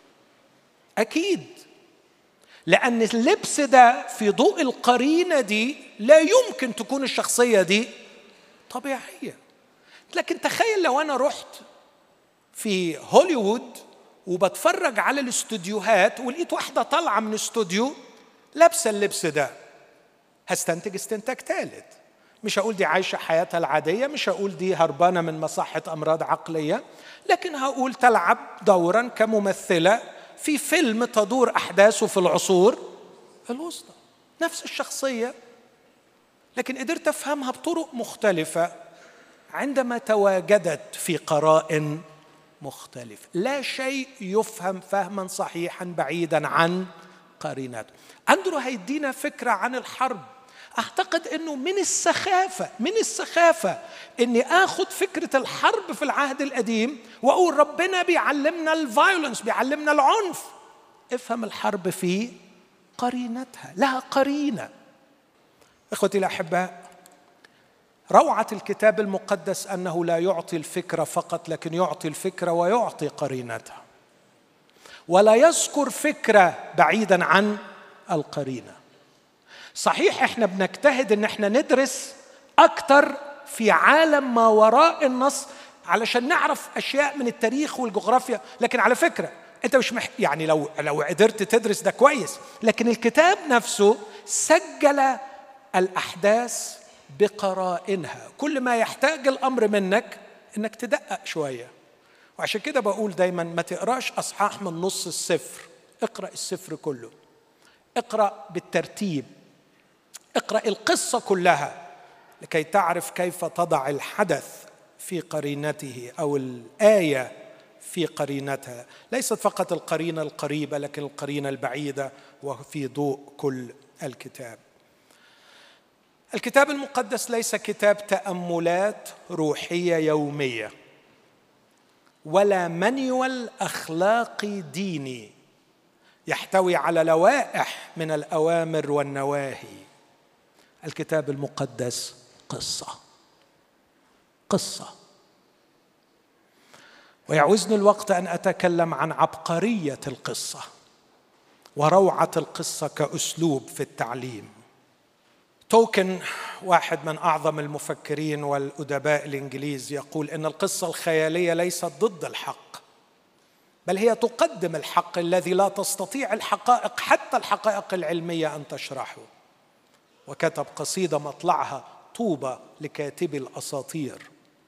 أكيد، لأن اللبس ده في ضوء القرينة دي لا يمكن تكون الشخصية دي طبيعية. لكن تخيل لو أنا رحت في هوليوود وبتفرج على الاستوديوهات ولقيت واحدة طالعة من استوديو لابسة اللبس ده، هستنتج استنتاج ثالث. مش هقول دي عايشة حياتها العادية، مش هقول دي هربانة من مصحة أمراض عقلية، لكن هقول تلعب دورا كممثلة في فيلم تدور أحداثه في العصور الوسطى. نفس الشخصية، لكن قدرت أفهمها بطرق مختلفة عندما تواجدت في قرائن مختلفة. لا شيء يفهم فهما صحيحا بعيدا عن قريناته. أندرو هيدينا فكرة عن الحرب. أعتقد أنه من السخافة من السخافة أني أخذ فكرة الحرب في العهد القديم وأقول ربنا بيعلمنا الفايولنس، بيعلمنا العنف. افهم الحرب في قرينتها، لها قرينة. إخوتي الأحباء، روعة الكتاب المقدس أنه لا يعطي الفكرة فقط، لكن يعطي الفكرة ويعطي قرينتها، ولا يذكر فكرة بعيدا عن القرينة. صحيح احنا بنجتهد ان احنا ندرس اكتر في عالم ما وراء النص علشان نعرف اشياء من التاريخ والجغرافيا، لكن على فكرة انت مش مح... يعني لو لو قدرت تدرس ده كويس، لكن الكتاب نفسه سجل الاحداث بقرائنها. كل ما يحتاج الامر منك انك تدقق شوية. وعشان كده بقول دايما ما تقراش اصحاح من نص السفر، اقرأ السفر كله، اقرأ بالترتيب، اقرأ القصة كلها لكي تعرف كيف تضع الحدث في قرينته أو الآية في قرينتها. ليست فقط القرينة القريبة لكن القرينة البعيدة، وفي ضوء كل الكتاب. الكتاب المقدس ليس كتاب تأملات روحية يومية ولا مانيوال أخلاقي ديني يحتوي على لوائح من الأوامر والنواهي. الكتاب المقدس قصة قصة ويعوزني الوقت أن أتكلم عن عبقرية القصة وروعة القصة كأسلوب في التعليم. توكن، واحد من أعظم المفكرين والأدباء الإنجليز، يقول إن القصة الخيالية ليست ضد الحق، بل هي تقدم الحق الذي لا تستطيع الحقائق حتى الحقائق العلمية أن تشرحه. وكتب قصيدة مطلعها طوبى لكاتبي الأساطير.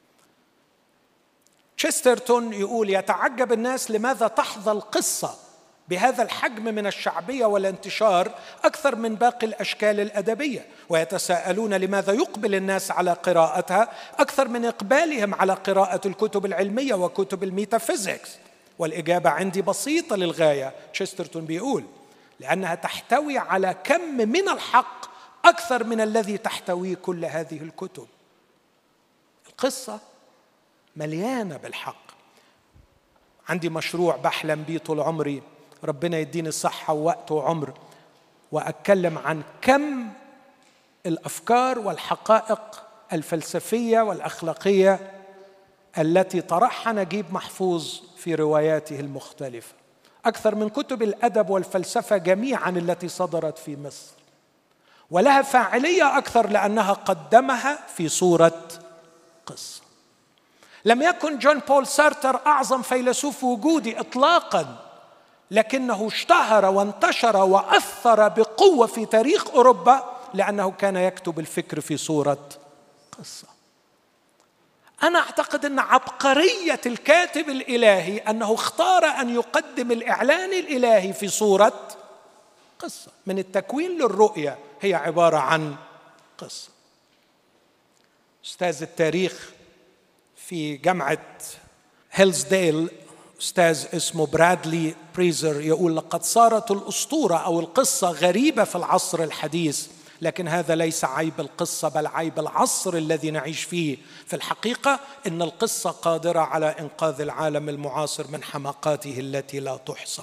تشسترتون يقول يتعجب الناس لماذا تحظى القصة بهذا الحجم من الشعبية والانتشار أكثر من باقي الأشكال الأدبية، ويتساءلون لماذا يقبل الناس على قراءتها أكثر من إقبالهم على قراءة الكتب العلمية وكتب الميتافيزيكس. والإجابة عندي بسيطة للغاية. تشسترتون بيقول لأنها تحتوي على كم من الحق أكثر من الذي تحتويه كل هذه الكتب. القصة مليانة بالحق. عندي مشروع بحلم بيه طول عمري، ربنا يديني الصحة ووقت وعمر، وأتكلم عن كم الأفكار والحقائق الفلسفية والأخلاقية التي طرحها نجيب محفوظ في رواياته المختلفة، أكثر من كتب الأدب والفلسفة جميعا التي صدرت في مصر، ولها فاعلية أكثر لأنها قدمها في صورة قصة. لم يكن جون بول سارتر أعظم فيلسوف وجودي إطلاقا، لكنه اشتهر وانتشر وأثر بقوة في تاريخ أوروبا لأنه كان يكتب الفكر في صورة قصة. أنا أعتقد أن عبقرية الكاتب الإلهي أنه اختار أن يقدم الإعلان الإلهي في صورة قصة. من التكوين للرؤية هي عبارة عن قصة. أستاذ التاريخ في جامعة هيلزديل، أستاذ اسمه برادلي بريزر، يقول: لقد صارت الأسطورة أو القصة غريبة في العصر الحديث، لكن هذا ليس عيب القصة بل عيب العصر الذي نعيش فيه. في الحقيقة إن القصة قادرة على إنقاذ العالم المعاصر من حماقاته التي لا تحصى.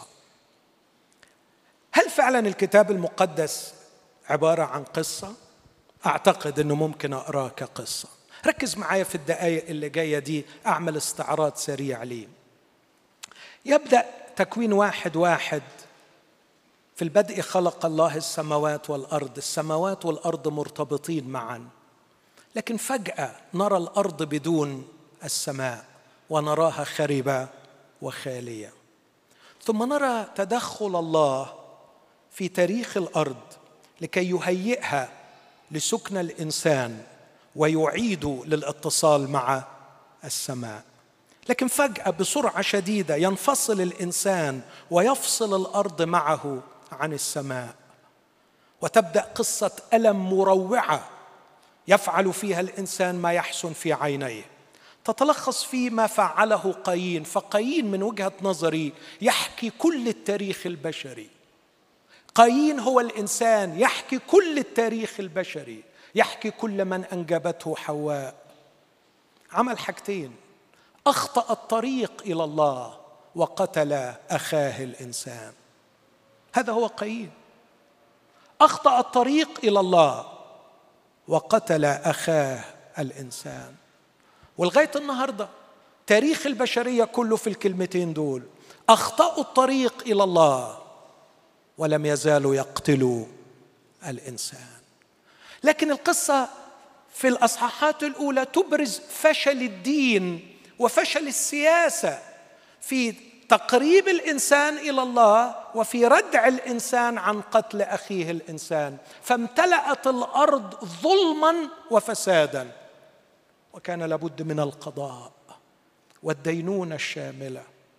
هل فعلا الكتاب المقدس عبارة عن قصة؟ أعتقد أنه ممكن أقرأ كقصة. ركز معايا في الدقائق اللي جاية دي، أعمل استعراض سريع ليه. يبدأ تكوين واحد واحد: في البدء خلق الله السماوات والأرض. السماوات والأرض مرتبطين معا، لكن فجأة نرى الأرض بدون السماء ونراها خربة وخالية. ثم نرى تدخل الله في تاريخ الأرض لكي يهيئها لسكن الإنسان ويعيد للاتصال مع السماء. لكن فجأة بسرعة شديدة ينفصل الإنسان ويفصل الأرض معه عن السماء، وتبدأ قصة ألم مروعة يفعل فيها الإنسان ما يحسن في عينيه، تتلخص في ما فعله قايين. فقايين من وجهة نظري يحكي كل التاريخ البشري. قايين هو الإنسان يحكي كل التاريخ البشري، يحكي كل من أنجبته حواء. عمل حاجتين: أخطأ الطريق إلى الله وقتل أخاه الإنسان. هذا هو قايين، أخطأ الطريق إلى الله وقتل أخاه الإنسان. ولغاية النهاردة تاريخ البشرية كله في الكلمتين دول: أخطأوا الطريق إلى الله ولم يزالوا يقتلوا الإنسان. لكن القصة في الأصحاحات الأولى تبرز فشل الدين وفشل السياسة في تقريب الإنسان إلى الله وفي ردع الإنسان عن قتل أخيه الإنسان. فامتلأت الأرض ظلما وفسادا، وكان لابد من القضاء والدينونة الشاملة.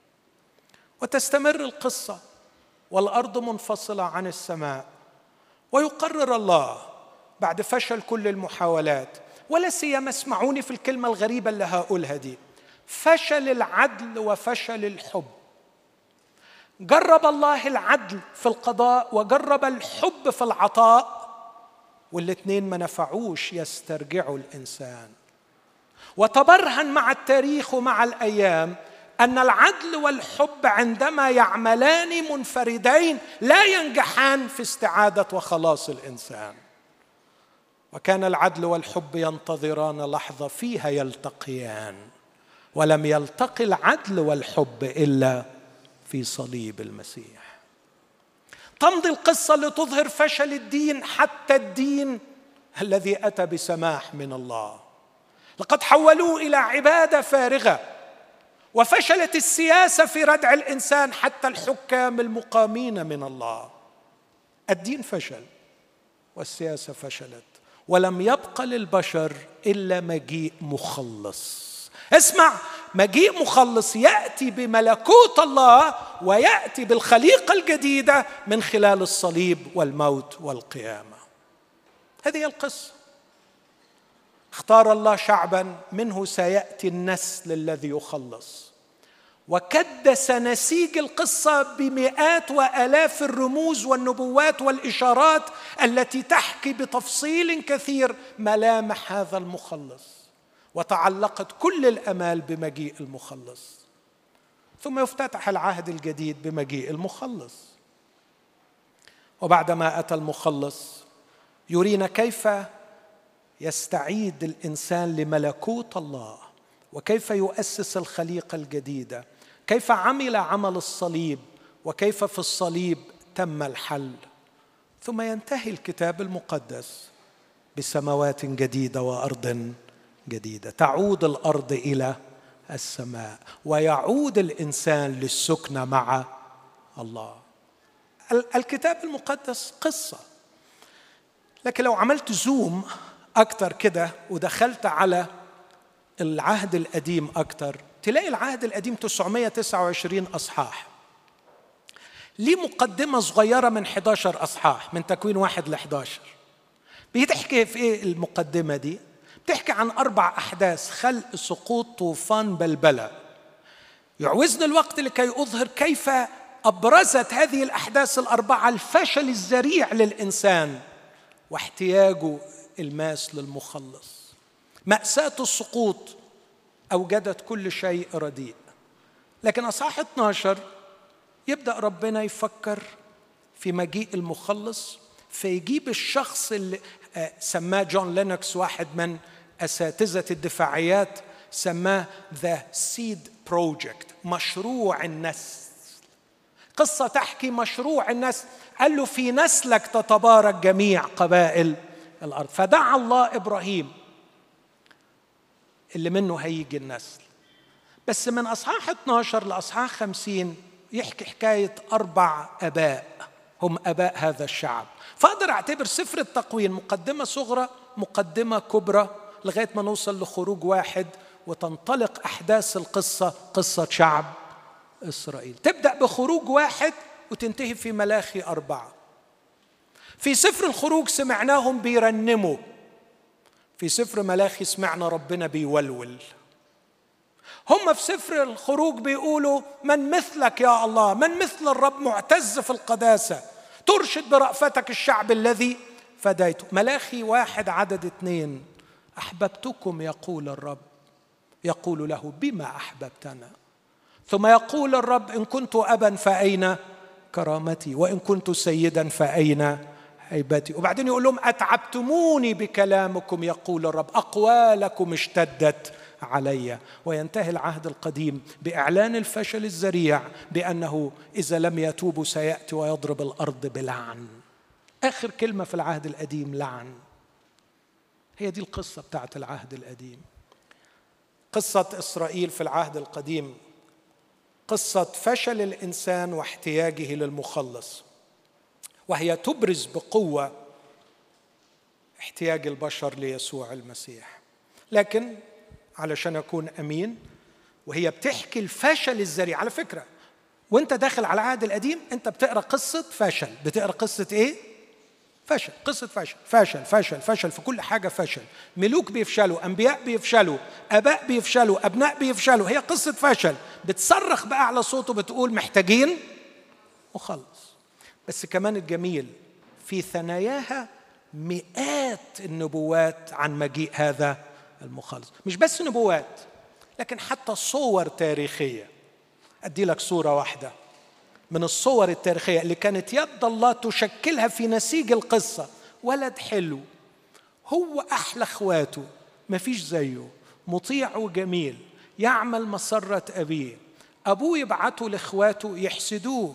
وتستمر القصة والأرض منفصلة عن السماء، ويقرر الله بعد فشل كل المحاولات، ولا سيما اسمعوني في الكلمة الغريبة اللي هقولها دي: فشل العدل وفشل الحب. جرب الله العدل في القضاء وجرب الحب في العطاء، والاثنين ما نفعوش يسترجعوا الإنسان. وتبرهن مع التاريخ ومع الأيام أن العدل والحب عندما يعملان منفردين لا ينجحان في استعادة وخلاص الإنسان. وكان العدل والحب ينتظران لحظة فيها يلتقيان، ولم يلتقي العدل والحب إلا في صليب المسيح. تمضي القصة لتظهر فشل الدين، حتى الدين الذي أتى بسماح من الله. لقد حولوه إلى عبادة فارغة. وفشلت السياسة في ردع الإنسان، حتى الحكام المقامين من الله. الدين فشل والسياسة فشلت، ولم يبق للبشر إلا مجيء مخلص. اسمع، مجيء مخلص يأتي بملكوت الله ويأتي بالخليقة الجديدة من خلال الصليب والموت والقيامة. هذه القصة. اختار الله شعبا منه سيأتي النسل الذي يخلص، وكدس نسيج القصة بمئات وآلاف الرموز والنبوات والإشارات التي تحكي بتفصيل كثير ملامح هذا المخلص. وتعلقت كل الأمال بمجيء المخلص، ثم يفتتح العهد الجديد بمجيء المخلص. وبعدما أتى المخلص يرينا كيف يستعيد الإنسان لملكوت الله، وكيف يؤسس الخليقة الجديدة، كيف عمل عمل الصليب، وكيف في الصليب تم الحل. ثم ينتهي الكتاب المقدس بسماوات جديدة وأرض جديدة. تعود الأرض إلى السماء، ويعود الإنسان للسكن مع الله. الكتاب المقدس قصة، لكن لو عملت زوم أكتر كده ودخلت على العهد القديم أكتر، تلاقي العهد القديم تسعمائة وتسعة وعشرين أصحاح. ليه مقدمة صغيرة من إحدى عشر أصحاح، من تكوين واحد ل إحدى عشر. بتحكي في إيه المقدمة دي؟ بتحكي عن أربع أحداث: خلق، سقوط، طوفان، بلبلة. يعوزني الوقت لكي أظهر كيف أبرزت هذه الأحداث الأربعة الفشل الذريع للإنسان واحتياجه الماس للمخلص. مأساة السقوط أوجدت كل شيء رديء، لكن أصحاح اثنا عشر يبدأ ربنا يفكر في مجيء المخلص، فيجيب الشخص اللي سماه جون لينوكس، واحد من أساتذة الدفاعيات، سماه The Seed Project، مشروع النسل. قصة تحكي مشروع النسل، قال له في نسلك تتبارك جميع قبائل الأرض. فدعا الله إبراهيم اللي منه هيجي النسل. بس من أصحاح اثنا عشر لأصحاح خمسين يحكي حكاية أربع آباء هم آباء هذا الشعب. فأقدر أعتبر سفر التكوين مقدمة صغرى، مقدمة كبرى، لغاية ما نوصل لخروج واحد وتنطلق أحداث القصة، قصة شعب إسرائيل. تبدأ بخروج واحد وتنتهي في ملاخي أربعة. في سفر الخروج سمعناهم بيرنموا، في سفر ملاخي سمعنا ربنا بيولول. هم في سفر الخروج بيقولوا من مثلك يا الله، من مثل الرب معتز في القداسة، ترشد برأفتك الشعب الذي فديته. ملاخي واحد عدد اثنين: أحببتكم يقول الرب، يقول له بما أحببتنا. ثم يقول الرب إن كنت أبا فأين كرامتي، وإن كنت سيدا فأين هيبتي. وبعدين يقول لهم أتعبتموني بكلامكم يقول الرب، أقوالكم اشتدت علي. وينتهي العهد القديم بإعلان الفشل الذريع بأنه إذا لم يتوبوا سيأتي ويضرب الأرض بلعن. آخر كلمة في العهد القديم لعن. هي دي القصة بتاعت العهد القديم. قصة إسرائيل في العهد القديم قصة فشل الإنسان واحتياجه للمخلص، وهي تبرز بقوة احتياج البشر ليسوع المسيح. لكن علشان أكون أمين، وهي بتحكي الفشل الذريع. على فكرة وانت داخل على العهد القديم انت بتقرأ قصة فشل. بتقرأ قصة ايه؟ فشل. قصة فشل فشل فشل فشل في كل حاجة. فشل، ملوك بيفشلوا، أنبياء بيفشلوا، أباء بيفشلوا، أبناء بيفشلوا. هي قصة فشل. بتصرخ بأعلى صوت وبتقول محتاجين مخلص. بس كمان الجميل في ثناياها مئات النبوات عن مجيء هذا المخلص. مش بس نبوات، لكن حتى صور تاريخية. أدي لك صورة واحدة من الصور التاريخية اللي كانت يد الله تشكلها في نسيج القصة. ولد حلو، هو أحلى أخواته، مفيش زيه، مطيع وجميل، يعمل مسرة أبيه. أبوه يبعته لإخواته يحسدوه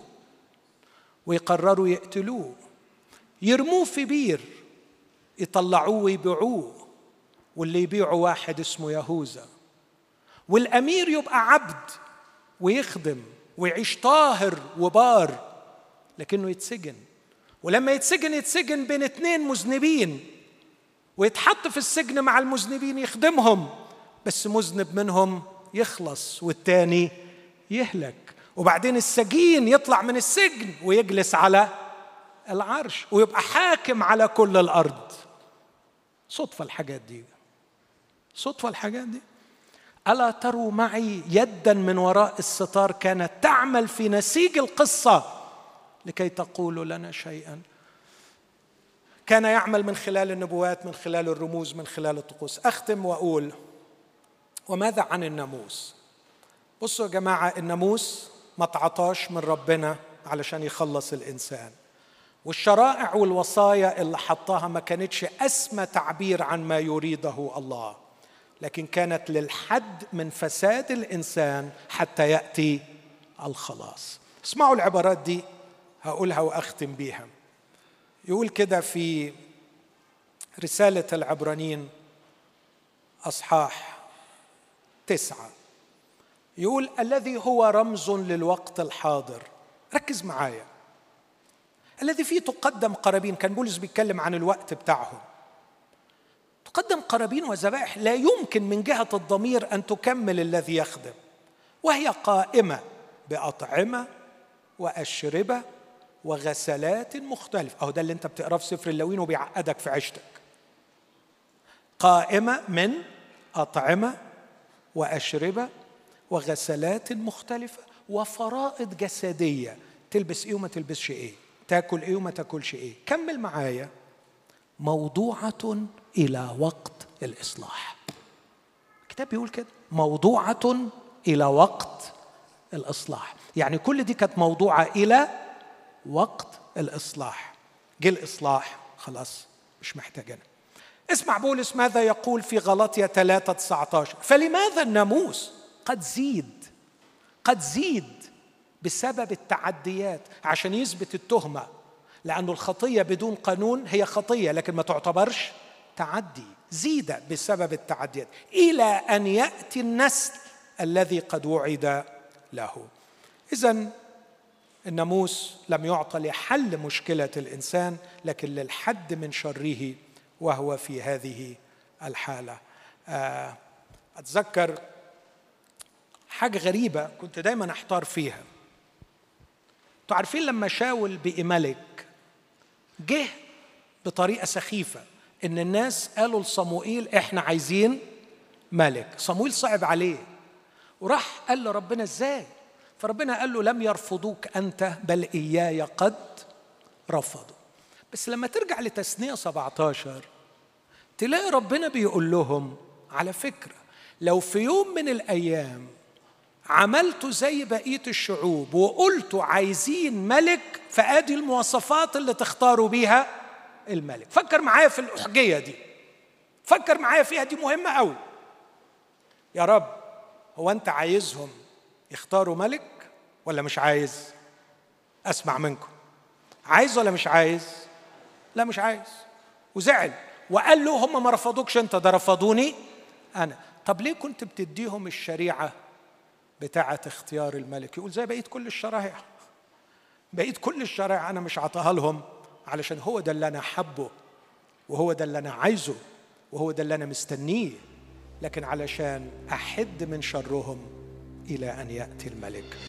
ويقرروا يقتلوه، يرموه في بير، يطلعوه ويبيعوه، واللي يبيعه واحد اسمه يهوذا. والأمير يبقى عبد ويخدم ويعيش طاهر وبار، لكنه يتسجن. ولما يتسجن يتسجن بين اتنين مذنبين، ويتحط في السجن مع المذنبين يخدمهم، بس مذنب منهم يخلص والتاني يهلك. وبعدين السجين يطلع من السجن ويجلس على العرش ويبقى حاكم على كل الأرض. صدفة الحاجات دي؟ صدفة الحاجات دي؟ ألا تروا معي يدا من وراء الستار كانت تعمل في نسيج القصة لكي تقولوا لنا شيئا؟ كان يعمل من خلال النبوات، من خلال الرموز، من خلال الطقوس. أختم وأقول وماذا عن الناموس؟ بصوا يا جماعة، الناموس ما تعطاش من ربنا علشان يخلص الإنسان، والشرائع والوصايا اللي حطها ما كانتش أسمى تعبير عن ما يريده الله، لكن كانت للحد من فساد الإنسان حتى يأتي الخلاص. اسمعوا العبارات دي هقولها وأختم بيها. يقول كده في رسالة العبرانيين أصحاح تسعة، يقول الذي هو رمز للوقت الحاضر. ركز معايا، الذي فيه تقدم قرابين. كان بولس بيتكلم عن الوقت بتاعهم. تقدم قرابين وذبائح لا يمكن من جهة الضمير أن تكمل الذي يخدم، وهي قائمة بأطعمة وأشربة وغسلات مختلفة. أهو ده اللي أنت بتقرأ في سفر اللاويين وبيعقدك في عيشتك. قائمة من أطعمة وأشربة وغسلات مختلفة وفرائض جسدية، تلبس إيه وما تلبسش إيه، تاكل إيه وما تاكلش إيه. كمل معايا، موضوعة إلى وقت الإصلاح. الكتاب بيقول كده، موضوعة إلى وقت الإصلاح. يعني كل دي كانت موضوعة إلى وقت الإصلاح. جه الإصلاح خلاص مش محتاجنا. اسمع بولس ماذا يقول في غلاطية ثلاثة تسعة عشر: فلماذا الناموس قد زيد قد زيد بسبب التعديات، عشان يثبت التهمة، لأنه الخطية بدون قانون هي خطية لكن ما تعتبرش تعدي، زيد بسبب التعديات إلى أن يأتي النسل الذي قد وعد له. إذن الناموس لم يعطى لحل مشكلة الإنسان لكن للحد من شره وهو في هذه الحالة. أتذكر حاجة غريبة كنت دايما أحتار فيها. تعرفين لما شاول بقي ملك جه بطريقة سخيفة، إن الناس قالوا لصموئيل إحنا عايزين ملك. صموئيل صعب عليه وراح قال لربنا إزاي؟ فربنا قال له لم يرفضوك أنت بل إياي قد رفضوا. بس لما ترجع لتثنية سبعة عشر تلاقي ربنا بيقول لهم على فكرة لو في يوم من الأيام عملتوا زي بقية الشعوب وقلتوا عايزين ملك، فآدي المواصفات اللي تختاروا بيها الملك. فكر معايا في الأحجية دي، فكر معايا فيها، دي مهمة قوي. يا رب هو أنت عايزهم يختاروا ملك ولا مش عايز؟ أسمع منكم، عايز ولا مش عايز؟ لا مش عايز. وزعل وقال له هم ما رفضوكش أنت، ده رفضوني أنا. طب ليه كنت بتديهم الشريعة بتاعة اختيار الملك؟ يقول زي بقيت كل الشرائع، بقيت كل الشرائع أنا مش عطاها لهم علشان هو ده اللي أنا حبه وهو ده اللي أنا عايزه وهو ده اللي أنا مستنيه، لكن علشان أحد من شرهم إلى أن يأتي الملك.